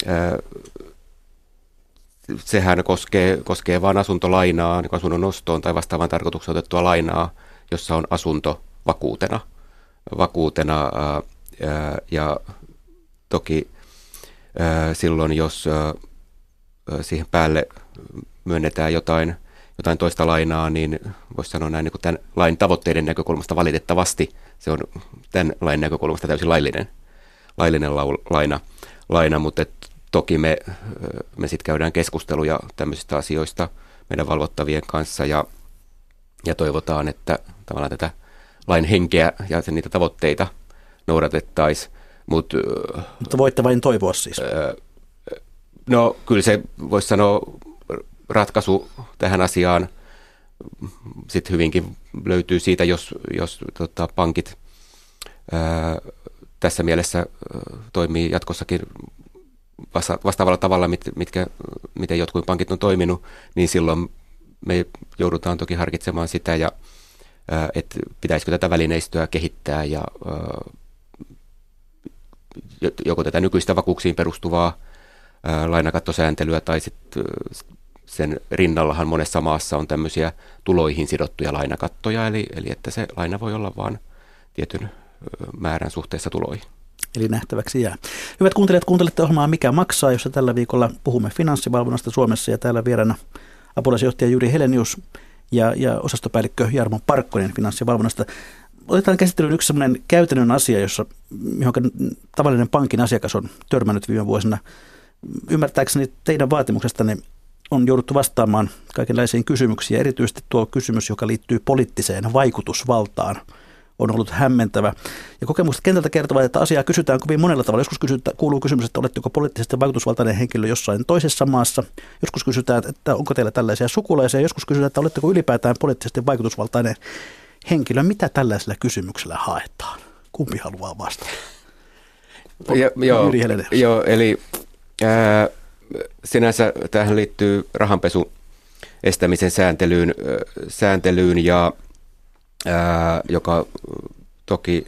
sehän koskee vain asuntolainaa, niin asunnon ostoon tai vastaavaan tarkoitukseen otettua lainaa, jossa on asunto vakuutena ja toki silloin, jos siihen päälle myönnetään jotain toista lainaa, niin voisi sanoa näin niin kuin tämän lain tavoitteiden näkökulmasta valitettavasti se on tämän lain näkökulmasta täysin laillinen laina, mutta toki me sitten käydään keskusteluja tämmöisistä asioista meidän valvottavien kanssa ja toivotaan, että tavallaan tätä lain henkeä ja niitä tavoitteita noudatettaisiin. Mutta voitte vain toivoa siis? No kyllä se voisi sanoa ratkaisu tähän asiaan sitten hyvinkin löytyy siitä, jos pankit tässä mielessä toimii jatkossakin vastaavalla tavalla, miten jotkut pankit on toiminut, niin silloin me joudutaan toki harkitsemaan sitä, että pitäisikö tätä välineistöä kehittää ja joko tätä nykyistä vakuuksiin perustuvaa lainakattosääntelyä tai sitten sen rinnallahan monessa maassa on tämmöisiä tuloihin sidottuja lainakattoja, eli että se laina voi olla vain tietyn määrän suhteessa tuloihin. Eli nähtäväksi jää. Hyvät kuuntelijat, kuuntelette ohjelmaa Mikä maksaa, jossa tällä viikolla puhumme finanssivalvonnasta Suomessa ja täällä vieraana apulaisjohtaja Jyri Helenius ja osastopäällikkö Jarmo Parkkonen finanssivalvonnasta. Otetaan käsittelyyn yksi sellainen käytännön asia, johon tavallinen pankin asiakas on törmännyt viime vuosina. Ymmärtääkseni teidän vaatimuksestanne on jouduttu vastaamaan kaikenlaisiin kysymyksiin, erityisesti tuo kysymys, joka liittyy poliittiseen vaikutusvaltaan, on ollut hämmentävä. Ja kokemukset kentältä kertovat, että asiaa kysytään kovin monella tavalla. Joskus kuuluu kysymys, että oletteko poliittisesti vaikutusvaltainen henkilö jossain toisessa maassa. Joskus kysytään, että onko teillä tällaisia sukulaisia. Joskus kysytään, että oletteko ylipäätään poliittisesti vaikutusvaltainen henkilö. Mitä tällaisella kysymyksellä haetaan? Kumpi haluaa vastata? Joo, eli sinänsä tähän liittyy rahanpesun estämisen sääntelyyn ja joka toki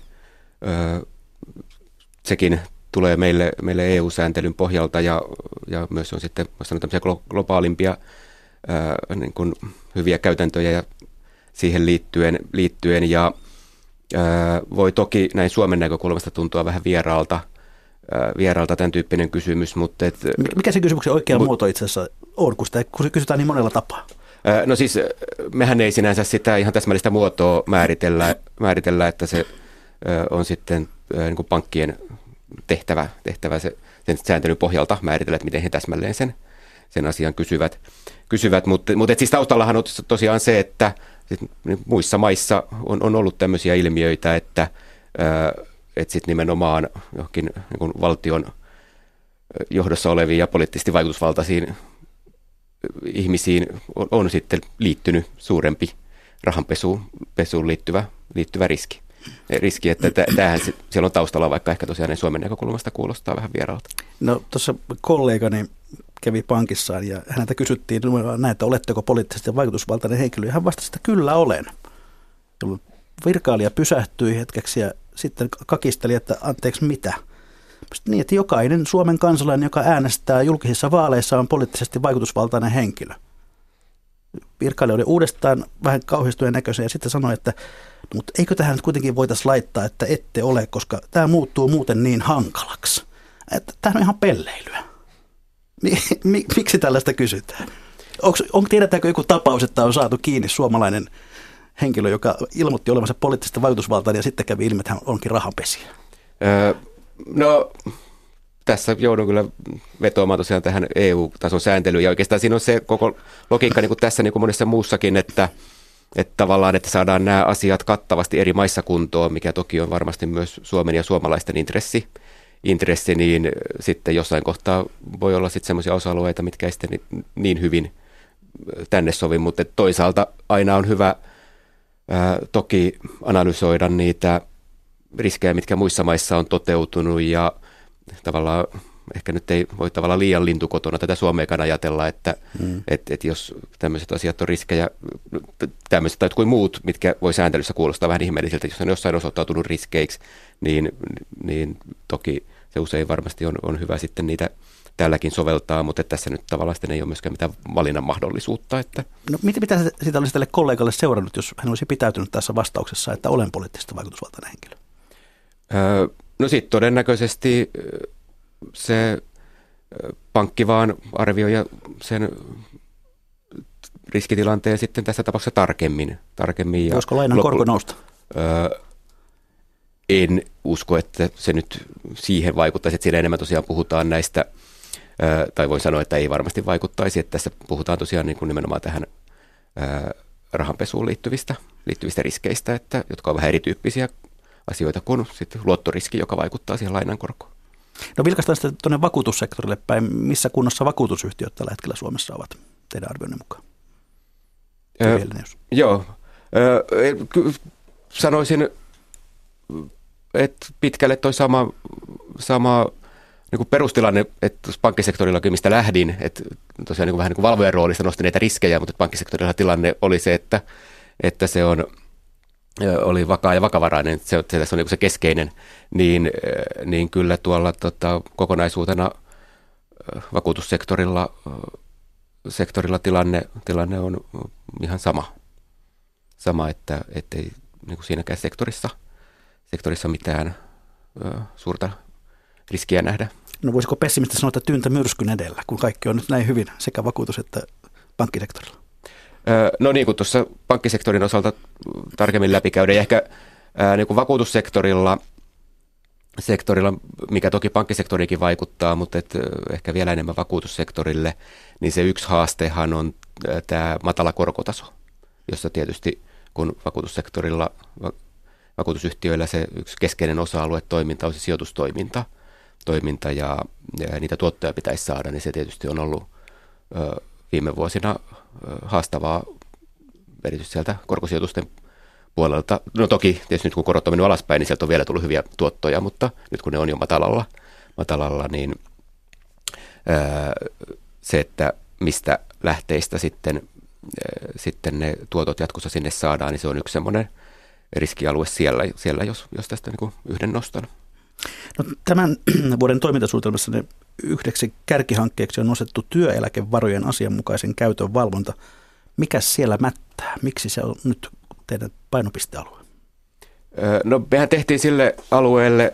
sekin tulee meille EU-sääntelyn pohjalta ja myös on sitten tämmöisiä globaalimpia niin kuin hyviä käytäntöjä ja siihen liittyen ja voi toki näin Suomen näkökulmasta tuntua vähän vieraalta tämän tyyppinen kysymys, mutta mikä se kysymyksen oikea muoto itse asiassa on, kun sitä kysytään niin monella tapaa? No siis mehän ei sinänsä sitä ihan täsmällistä muotoa määritellä, että se on sitten niin kuin pankkien tehtävä sen sääntelyn pohjalta määritellä, että miten he täsmälleen sen asian kysyvät. Mutta siis taustallahan on tosiaan se, että muissa maissa on ollut tämmöisiä ilmiöitä, että sitten nimenomaan johonkin niin kuin valtion johdossa oleviin ja poliittisesti vaikutusvaltaisiin ihmisiin on sitten liittynyt suurempi rahanpesuun liittyvä riski, että tämähän siellä on taustalla, vaikka ehkä tosiaan Suomen näkökulmasta kuulostaa vähän vieraalta. No tuossa kollegani kävi pankissaan ja häneltä kysyttiin, että oletteko poliittisesti vaikutusvaltainen henkilö, ja hän vastasi, että kyllä olen. Jolloin virkailija pysähtyi hetkeksi ja sitten kakisteli, että anteeksi mitä? Niin, että jokainen Suomen kansalainen, joka äänestää julkisissa vaaleissa, on poliittisesti vaikutusvaltainen henkilö. Virkailija oli uudestaan vähän kauhistuneen näköisen ja sitten sanoi, että mutta eikö tähän nyt kuitenkin voitaisiin laittaa, että ette ole, koska tämä muuttuu muuten niin hankalaksi. Tämä on ihan pelleilyä. Miksi tällaista kysytään? Tiedetäänkö joku tapaus, että on saatu kiinni suomalainen henkilö, joka ilmoitti olevansa poliittista vaikutusvaltaa ja sitten kävi ilmi, että hän onkin rahanpesiä? No tässä joudun kyllä vetoamaan tosiaan tähän EU-tason sääntelyyn ja oikeastaan siinä on se koko logiikka niin kuin tässä niin kuin monessa muussakin, että tavallaan, että saadaan nämä asiat kattavasti eri maissa kuntoon, mikä toki on varmasti myös Suomen ja suomalaisten intressi, niin sitten jossain kohtaa voi olla sitten semmoisia osa-alueita, mitkä ei sitten niin hyvin tänne sovi, mutta toisaalta aina on hyvä toki analysoida niitä riskejä, mitkä muissa maissa on toteutunut ja tavallaan ehkä nyt ei voi tavallaan liian lintukotona tätä Suomeakaan ajatella, että jos tämmöiset asiat on riskejä, tämmöiset tai kuin muut, mitkä voi sääntelyssä kuulostaa vähän ihmeellisiltä, jos on jossain osoittautunut riskeiksi, niin toki se usein varmasti on hyvä sitten niitä tälläkin soveltaa, mutta tässä nyt tavallaan sitten ei ole myöskään mitään valinnan mahdollisuutta. Että. No mitä siitä olisi tälle kollegalle seurannut, jos hän olisi pitäytynyt tässä vastauksessa, että olen poliittisesti vaikutusvaltainen henkilö? No sitten todennäköisesti se pankki vaan arvioi sen riskitilanteen sitten tässä tapauksessa tarkemmin. Voisiko lainan korko nousta? En usko, että se nyt siihen vaikuttaisi, että siinä enemmän tosiaan puhutaan näistä, tai voin sanoa, että ei varmasti vaikuttaisi, että tässä puhutaan tosiaan niin kuin nimenomaan tähän rahanpesuun liittyvistä riskeistä, jotka on vähän erityyppisiä asioita kuin sitten luottoriski, joka vaikuttaa siihen lainan korkoon. No vilkaistaan sitten tuonne vakuutussektorille päin. Missä kunnossa vakuutusyhtiöt tällä hetkellä Suomessa ovat teidän arvionne mukaan? Joo. Sanoisin, että pitkälle toi sama niin kuin perustilanne, että pankkisektorillakin, mistä lähdin, että tosiaan niin kuin vähän niin kuin valvojan roolissa nostin näitä riskejä, mutta pankkisektorilla tilanne oli se, että se oli vakaa ja vakavarainen, se tässä on niin kuin se keskeinen, niin kyllä tuolla kokonaisuutena vakuutussektorilla tilanne on ihan sama että ei niin kuin siinäkään sektorissa mitään suurta riskiä nähdä. No voisiko pessimistä sanoa, että tyyntä myrskyn edellä, kun kaikki on nyt näin hyvin sekä vakuutus- että pankkisektorilla? No niin kuin tuossa pankkisektorin osalta tarkemmin läpikäydä ja ehkä niin kuin vakuutussektorilla, mikä toki pankkisektoriikin vaikuttaa, mutta ehkä vielä enemmän vakuutussektorille, niin se yksi haastehan on tämä matala korkotaso, jossa tietysti kun vakuutussektorilla, vakuutusyhtiöillä se yksi keskeinen osa-alue toiminta on se sijoitustoiminta ja niitä tuottoja pitäisi saada, niin se tietysti on ollut viime vuosina haastavaa erityisesti sieltä korkosijoitusten puolelta. No toki tietysti nyt kun korot on mennyt alaspäin, niin sieltä on vielä tullut hyviä tuottoja, mutta nyt kun ne on jo matalalla niin se, että mistä lähteistä sitten ne tuotot jatkossa sinne saadaan, niin se on yksi semmoinen riskialue siellä jos tästä niin kuin yhden nostan. No, tämän vuoden toimintasuunnitelmassa yhdeksi kärkihankkeeksi on nostettu työeläkevarojen asianmukaisen käytön valvonta. Mikä siellä mättää? Miksi se on nyt teidän painopistealue? No mehän tehtiin sille alueelle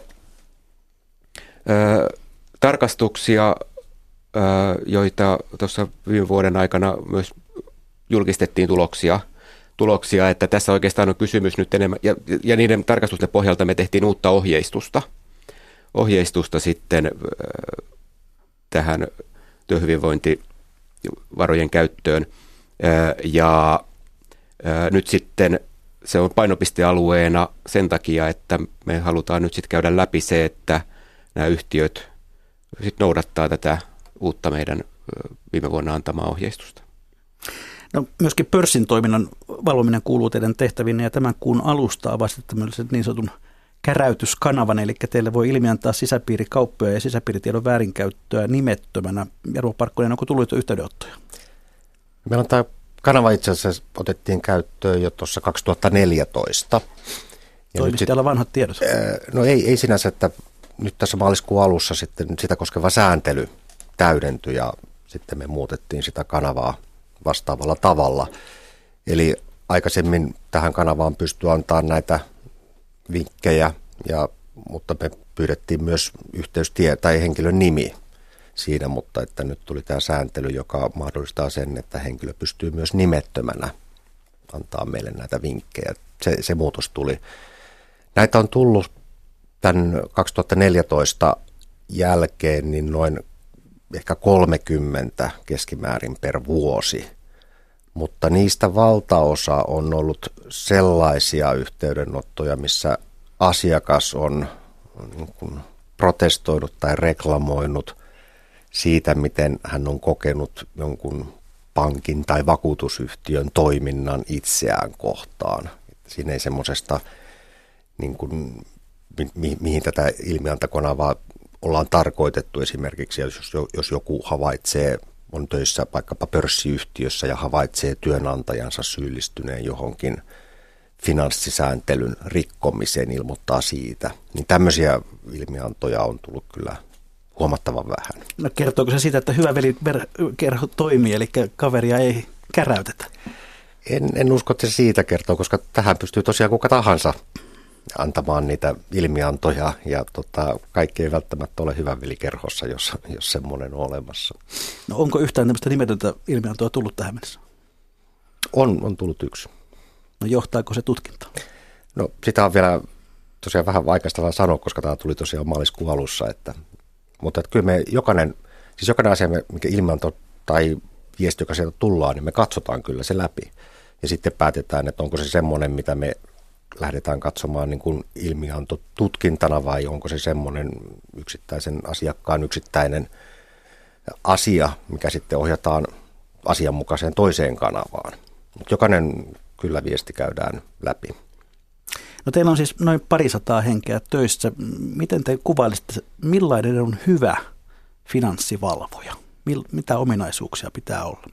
tarkastuksia, joita tuossa viime vuoden aikana myös julkistettiin tuloksia, että tässä oikeastaan on kysymys nyt enemmän, ja niiden tarkastusten pohjalta me tehtiin uutta ohjeistusta sitten tähän työhyvinvointivarojen käyttöön, ja nyt sitten se on painopistealueena sen takia, että me halutaan nyt sitten käydä läpi se, että nämä yhtiöt sitten noudattaa tätä uutta meidän viime vuonna antamaa ohjeistusta. No, myöskin pörssin toiminnan valvominen kuuluu teidän tehtäviin, ja tämän kuun alusta avasitte tämmöisen niin sanotun käräytyskanavan, eli teille voi ilmiantaa sisäpiirikauppoja ja sisäpiiritiedon väärinkäyttöä nimettömänä. Jarmo Parkkonen, onko tullut yhteydenottoja? Meillä on tämä kanava itse asiassa otettiin käyttöön jo tuossa 2014. Toimisi täällä vanhat tiedot? No ei sinänsä, että nyt tässä maaliskuun alussa sitten sitä koskeva sääntely täydentyi ja sitten me muutettiin sitä kanavaa vastaavalla tavalla. Eli aikaisemmin tähän kanavaan pystyi antaa näitä vinkkejä, mutta me pyydettiin myös yhteystie tai henkilön nimi siinä, mutta että nyt tuli tämä sääntely, joka mahdollistaa sen, että henkilö pystyy myös nimettömänä antaa meille näitä vinkkejä. Se muutos tuli. Näitä on tullut tämän 2014 jälkeen niin noin ehkä 30 keskimäärin per vuosi, mutta niistä valtaosa on ollut sellaisia yhteydenottoja, missä asiakas on niin kuin protestoinut tai reklamoinut siitä, miten hän on kokenut jonkun pankin tai vakuutusyhtiön toiminnan itseään kohtaan. Siinä ei semmoisesta, niin kuin, mihin tätä ilmiantokanavaa ollaan tarkoitettu esimerkiksi, jos joku havaitsee, on töissä vaikkapa pörssiyhtiössä ja havaitsee työnantajansa syyllistyneen johonkin finanssisääntelyn rikkomiseen, ilmoittaa siitä, niin tämmöisiä ilmiantoja on tullut kyllä huomattavan vähän. No kertooko se siitä, että hyvä velikerho toimii, eli kaveria ei käräytetä? En usko, että se siitä kertoo, koska tähän pystyy tosiaan kuka tahansa antamaan niitä ilmiantoja ja kaikki ei välttämättä ole hyvän velikerhossa, jos semmoinen on olemassa. No onko yhtään tämmöistä nimetöntä ilmiantoa tullut tähän mennessä? On tullut yksi. No johtaako se tutkintaan? No sitä on vielä tosiaan vähän aikaista sanoa, koska tämä tuli tosiaan maaliskuun alussa, mutta kyllä me jokainen asia, mikä ilmianto tai viesti, joka sieltä tullaan, niin me katsotaan kyllä se läpi. Ja sitten päätetään, että onko se semmoinen, mitä me lähdetään katsomaan niin kuin ilmiantotutkintana vai onko se semmoinen yksittäisen asiakkaan yksittäinen asia, mikä sitten ohjataan asianmukaiseen toiseen kanavaan. Mutta jokainen kyllä viesti käydään läpi. No teillä on siis noin 200 henkeä töissä. Miten te kuvailisitte, millainen on hyvä finanssivalvoja? Mitä ominaisuuksia pitää olla?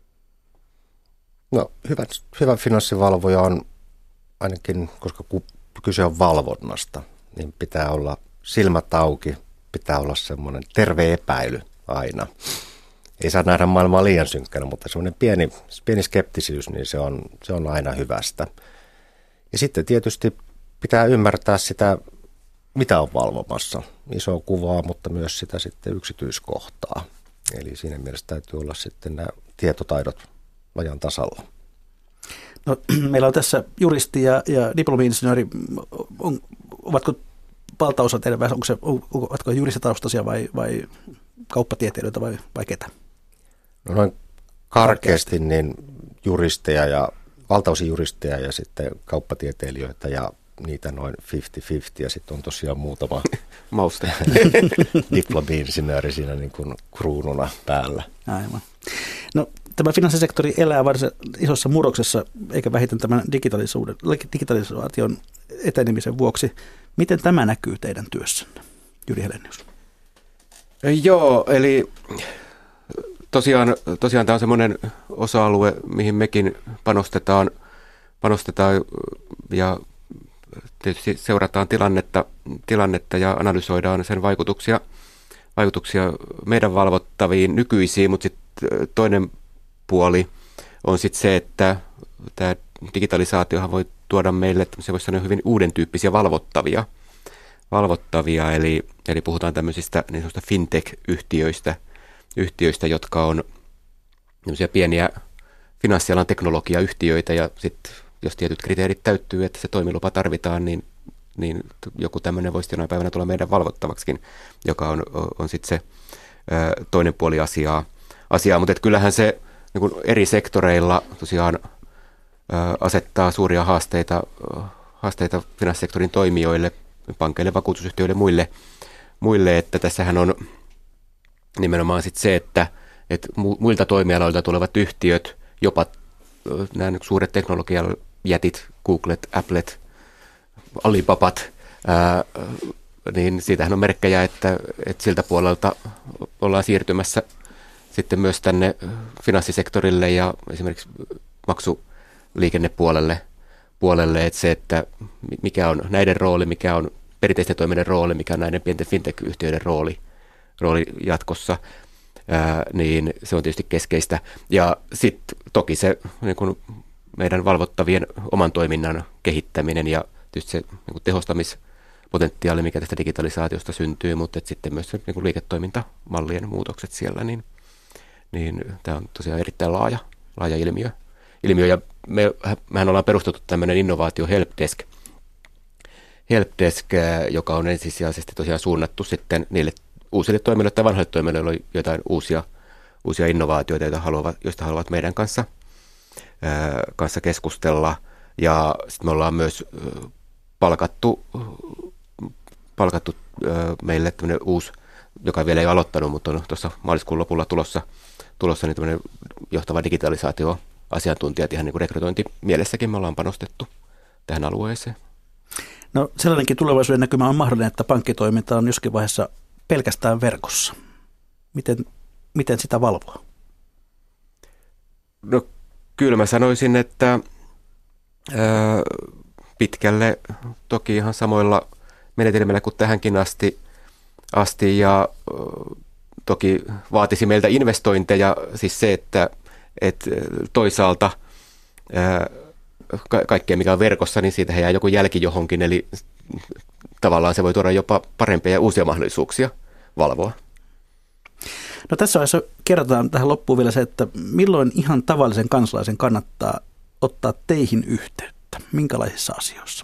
No hyvä finanssivalvoja on ainakin, koska kyse on valvonnasta, niin pitää olla silmät auki, pitää olla semmoinen terve epäily aina. Ei saa nähdä maailmaa liian synkkänä, mutta semmoinen pieni skeptisyys, niin se on aina hyvästä. Ja sitten tietysti pitää ymmärtää sitä, mitä on valvomassa. Isoa kuvaa, mutta myös sitä sitten yksityiskohtaa. Eli siinä mielessä täytyy olla sitten nämä tietotaidot ajan tasalla. No, meillä on tässä juristi ja diplomi-insinööri. Ovatko valtaosa teidän väestöstä, ovatko juristitaustaisia vai kauppatieteilijöitä vai ketä? No noin karkeasti niin juristeja ja valtaosin juristeja ja sitten kauppatieteilijöitä ja niitä noin 50-50 ja sitten on tosiaan muutama mauste diplomi-insinööri siinä niin kuin kruununa päällä. Aivan. No, tämä finanssisektori elää varsin isossa murroksessa, eikä vähiten tämän digitalisaation etenemisen vuoksi. Miten tämä näkyy teidän työssänne, Jyri Helenius? Joo, eli tosiaan tämä on semmoinen osa-alue, mihin mekin panostetaan ja tietysti seurataan tilannetta ja analysoidaan sen vaikutuksia meidän valvottaviin nykyisiin, mutta sitten toinen puoli on sitten se, että tämä digitalisaatiohan voi tuoda meille, se voisi sanoa hyvin uuden tyyppisiä valvottavia eli puhutaan tämmöisistä niin sanotusta fintech-yhtiöistä, jotka on tämmöisiä pieniä finanssialan teknologiayhtiöitä ja sitten jos tietyt kriteerit täyttyy, että se toimilupa tarvitaan, niin joku tämmöinen voisi jonain päivänä tulla meidän valvottavaksikin, joka on sitten se toinen puoli asiaa. Mutta kyllähän se niin kuin eri sektoreilla tosiaan asettaa suuria haasteita finanssisektorin toimijoille, pankeille, vakuutusyhtiöille muille, että tässähän on nimenomaan sitten se, että muilta toimialoilta tulevat yhtiöt, jopa nämä suuret teknologiajätit, Googlet, Applet, Alibabat, niin siitähän on merkkejä, että siltä puolelta ollaan siirtymässä sitten myös tänne finanssisektorille ja esimerkiksi maksuliikennepuolelle, että se, että mikä on näiden rooli, mikä on perinteisten toimijoiden rooli, mikä on näiden pienten fintech-yhtiöiden rooli jatkossa, niin se on tietysti keskeistä. Ja sitten toki se niin kuin meidän valvottavien oman toiminnan kehittäminen ja tietysti se niin kuin tehostamispotentiaali, mikä tästä digitalisaatiosta syntyy, mutta sitten myös se niin kuin liiketoimintamallien muutokset siellä, niin tämä on tosiaan erittäin laaja ilmiö. Ja mehän ollaan perustettu tämmöinen innovaatio helpdesk, joka on ensisijaisesti tosiaan suunnattu sitten niille uusille toimijoille tai vanhoille toimijoille, joilla on jotain uusia innovaatioita, joista haluavat meidän kanssa keskustella. Ja sitten me ollaan myös palkattu meille tämmöinen uusi, joka vielä ei ole aloittanut, mutta on tuossa maaliskuun lopulla tulossa niin tämmöinen johtava digitalisaatioasiantuntijat ihan niin kuin rekrytointimielessäkin me ollaan panostettu tähän alueeseen. No sellainenkin tulevaisuuden näkymä on mahdollinen, että pankkitoiminta on jossakin vaiheessa pelkästään verkossa. Miten sitä valvoa? No kyllä mä sanoisin, että pitkälle toki ihan samoilla menetelmillä kuin tähänkin asti ja toki vaatisi meiltä investointeja, siis se, että toisaalta kaikkea mikä on verkossa, niin siitä jää joku jälki johonkin, eli tavallaan se voi tuoda jopa parempia ja uusia mahdollisuuksia valvoa. No tässä vaiheessa kerrotaan tähän loppuun vielä se, että milloin ihan tavallisen kansalaisen kannattaa ottaa teihin yhteyttä, minkälaisissa asioissa?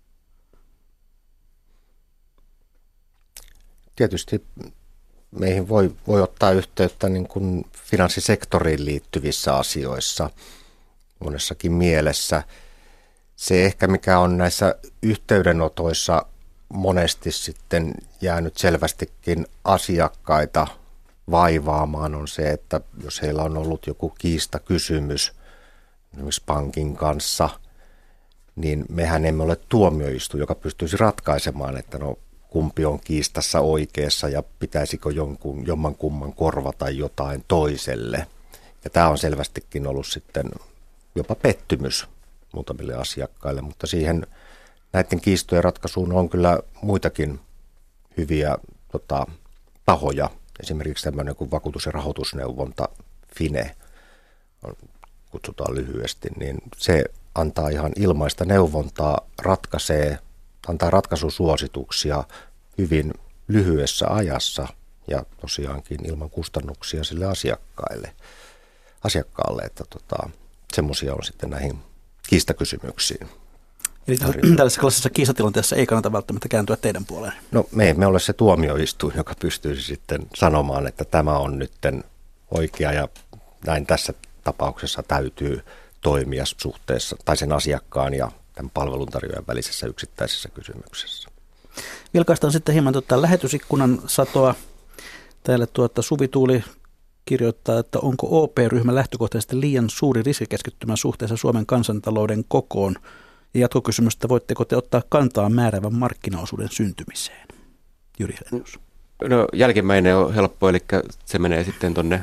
Tietysti meihin voi ottaa yhteyttä niin kuin finanssisektoriin liittyvissä asioissa monessakin mielessä. Se ehkä mikä on näissä yhteydenotoissa monesti sitten jäänyt selvästikin asiakkaita vaivaamaan on se, että jos heillä on ollut joku kiistakysymys esimerkiksi pankin kanssa, niin mehän emme ole tuomioistuin, joka pystyisi ratkaisemaan, että no kumpi on kiistassa oikeassa ja pitäisikö jommankumman korvata jotain toiselle. Ja tämä on selvästikin ollut sitten jopa pettymys muutamille asiakkaille, mutta siihen näiden kiistojen ratkaisuun on kyllä muitakin hyviä tahoja. Esimerkiksi tämmöinen kuin vakuutus- ja rahoitusneuvonta, FINE, kutsutaan lyhyesti, niin se antaa ihan ilmaista neuvontaa, antaa ratkaisusuosituksia hyvin lyhyessä ajassa ja tosiaankin ilman kustannuksia sille asiakkaalle, että semmoisia on sitten näihin kiistakysymyksiin. Eli tällaisessa klassisessa kiistatilanteessa ei kannata välttämättä kääntyä teidän puoleen? No me emme ole se tuomioistuin, joka pystyisi sitten sanomaan, että tämä on nyt oikea ja näin tässä tapauksessa täytyy toimia suhteessa tai sen asiakkaan ja tämän palveluntarjoajan välisessä yksittäisessä kysymyksessä. Vilkaistaan sitten hieman lähetysikkunan satoa. Täällä Suvi Tuuli kirjoittaa, että onko OP-ryhmä lähtökohtaisesti liian suuri riskikeskittymä suhteessa Suomen kansantalouden kokoon? Ja jatkokysymystä, voitteko te ottaa kantaa määräävän markkinaosuuden syntymiseen? Jyri Helenius. No jälkimmäinen on helppo, eli se menee sitten tuonne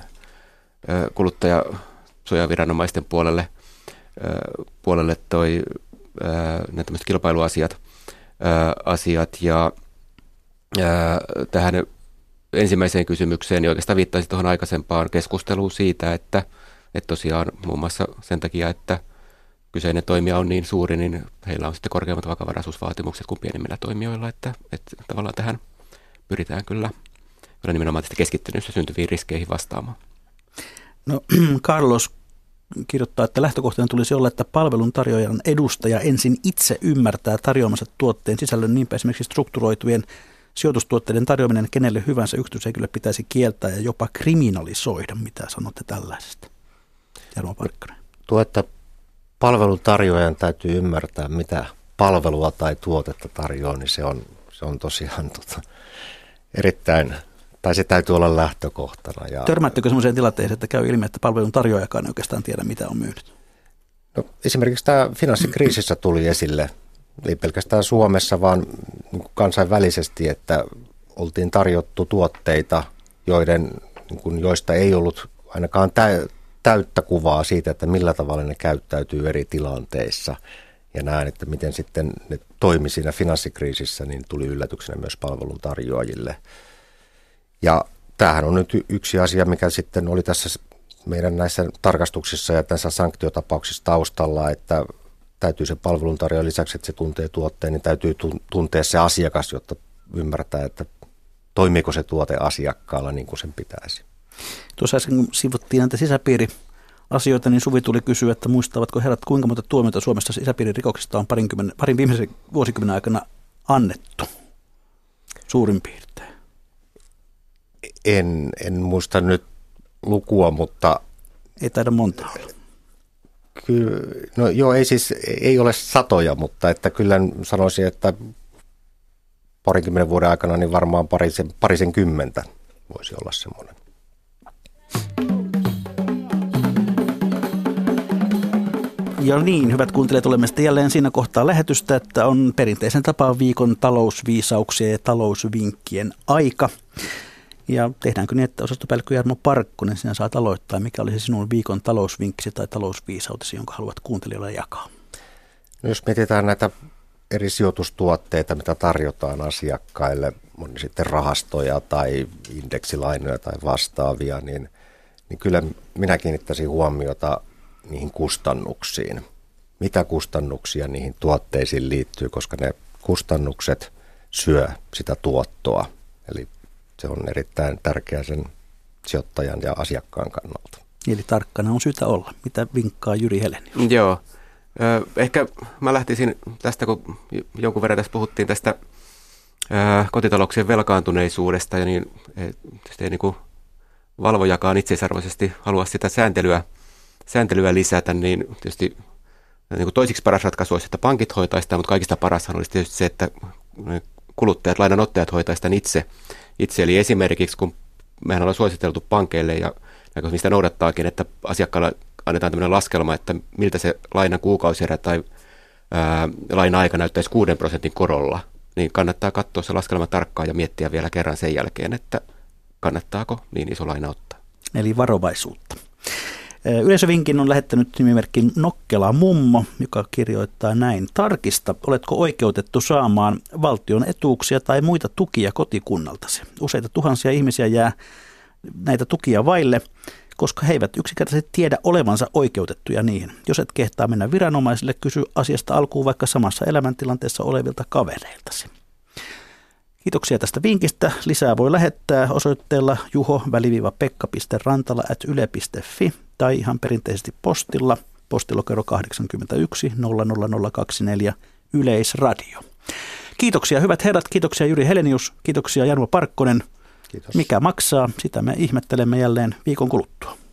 kuluttajasuojaviranomaisten puolelle nämä tämmöiset kilpailuasiat ja tähän ensimmäiseen kysymykseen, niin oikeastaan viittaisin tuohon aikaisempaan keskusteluun siitä, että tosiaan muun muassa sen takia, että kyseinen toimija on niin suuri, niin heillä on sitten korkeammat vakavaraisuusvaatimukset kuin pienimmillä toimijoilla, että tavallaan tähän pyritään kyllä nimenomaan tästä keskittyneistä syntyviin riskeihin vastaamaan. No Carlos kirjoittaa, että lähtökohtana tulisi olla, että palveluntarjoajan edustaja ensin itse ymmärtää tarjoamansa tuotteen sisällön, niinpä esimerkiksi strukturoitujen sijoitustuotteiden tarjoaminen kenelle hyvänsä yksityishenkilölle pitäisi kieltää ja jopa kriminalisoida. Mitä sanotte tällaisesta? Jarmo Parkkonen. Että palveluntarjoajan täytyy ymmärtää, mitä palvelua tai tuotetta tarjoaa, niin se on tosiaan erittäin, tai se täytyy olla lähtökohtana. Törmäättekö sellaiseen tilanteeseen, että käy ilmi, että palvelun tarjoajakaan ei oikeastaan tiedä, mitä on myynyt? No, esimerkiksi tämä finanssikriisissä tuli esille ei pelkästään Suomessa, vaan niin kuin kansainvälisesti, että oltiin tarjottu tuotteita, joista ei ollut ainakaan täyttä kuvaa siitä, että millä tavalla ne käyttäytyy eri tilanteissa. Ja näen, että miten sitten ne toimi siinä finanssikriisissä, niin tuli yllätyksenä myös palveluntarjoajille. Ja tämähän on nyt yksi asia, mikä sitten oli tässä meidän näissä tarkastuksissa ja tässä sanktiotapauksissa taustalla, että täytyy se palveluntarjoaja lisäksi, että se tuntee tuotteen, niin täytyy tuntea se asiakas, jotta ymmärtää, että toimiiko se tuote asiakkaalla niin kuin sen pitäisi. Tuossa äsken kun sivuttiin näitä sisäpiiriasioita, niin Suvi tuli kysyä, että muistavatko herrat, kuinka monta tuomiota Suomessa sisäpiiririkoksista on parin viimeisen vuosikymmenen aikana annettu suurin piirtein? En muista nyt lukua, mutta... Ei taida monta olla. Kyllä, no joo, ei ole satoja, mutta että kyllä sanoisin, että 20 vuoden aikana niin varmaan parisenkymmentä voisi olla semmoinen. Ja niin, hyvät kuuntelijat, olemme sitten jälleen siinä kohtaa lähetystä, että on perinteisen tapaan viikon talousviisauksia ja talousvinkkien aika. Ja tehdäänkö niin, että osastopäällikkö Jarmo Parkkonen, sinä saat aloittaa. Mikä olisi sinun viikon talousvinkkisi tai talousviisautesi, jonka haluat kuuntelijoille jakaa? No jos mietitään näitä eri sijoitustuotteita, mitä tarjotaan asiakkaille, on sitten rahastoja tai indeksilainoja tai vastaavia, niin kyllä minä kiinnittäisin huomiota niihin kustannuksiin. Mitä kustannuksia niihin tuotteisiin liittyy, koska ne kustannukset syö sitä tuottoa. Eli se on erittäin tärkeää sen sijoittajan ja asiakkaan kannalta. Eli tarkkana on syytä olla. Mitä vinkkaa Jyri Helenius? Joo. Ehkä mä lähtisin tästä, kun jonkun verran tässä puhuttiin tästä kotitalouksien velkaantuneisuudesta, ja niin ei niin kuin valvojakaan itseisarvoisesti halua sitä sääntelyä lisätä, niin tietysti niin kuin toisiksi paras ratkaisu olisi, että pankit hoitaisivat sitä, mutta kaikista parashan olisi tietysti se, että kuluttajat, lainanottajat hoitaisivat sitä itse. Eli esimerkiksi, kun mehän ollaan suositeltu pankeille, ja mistä noudattaakin, että asiakkaalle annetaan tämmöinen laskelma, että miltä se lainan kuukausierä tai laina-aika näyttäisi 6% korolla, niin kannattaa katsoa se laskelma tarkkaan ja miettiä vielä kerran sen jälkeen, että kannattaako niin iso laina ottaa. Eli varovaisuutta. Yleisövinkin on lähettänyt nimimerkki Nokkela Mummo, joka kirjoittaa näin. Tarkista, oletko oikeutettu saamaan valtion etuuksia tai muita tukia kotikunnaltasi. Useita tuhansia ihmisiä jää näitä tukia vaille, koska he eivät yksinkertaisesti tiedä olevansa oikeutettuja niihin. Jos et kehtaa mennä viranomaisille, kysy asiasta alkuun vaikka samassa elämäntilanteessa olevilta kavereiltasi. Kiitoksia tästä vinkistä. Lisää voi lähettää osoitteella juho-pekka.rantala@yle.fi tai ihan perinteisesti postilla, postilokero 81 00024 Yleisradio. Kiitoksia hyvät herrat, kiitoksia Jyri Helenius, kiitoksia Jarmo Parkkonen. Kiitos. Mikä maksaa, sitä me ihmettelemme jälleen viikon kuluttua.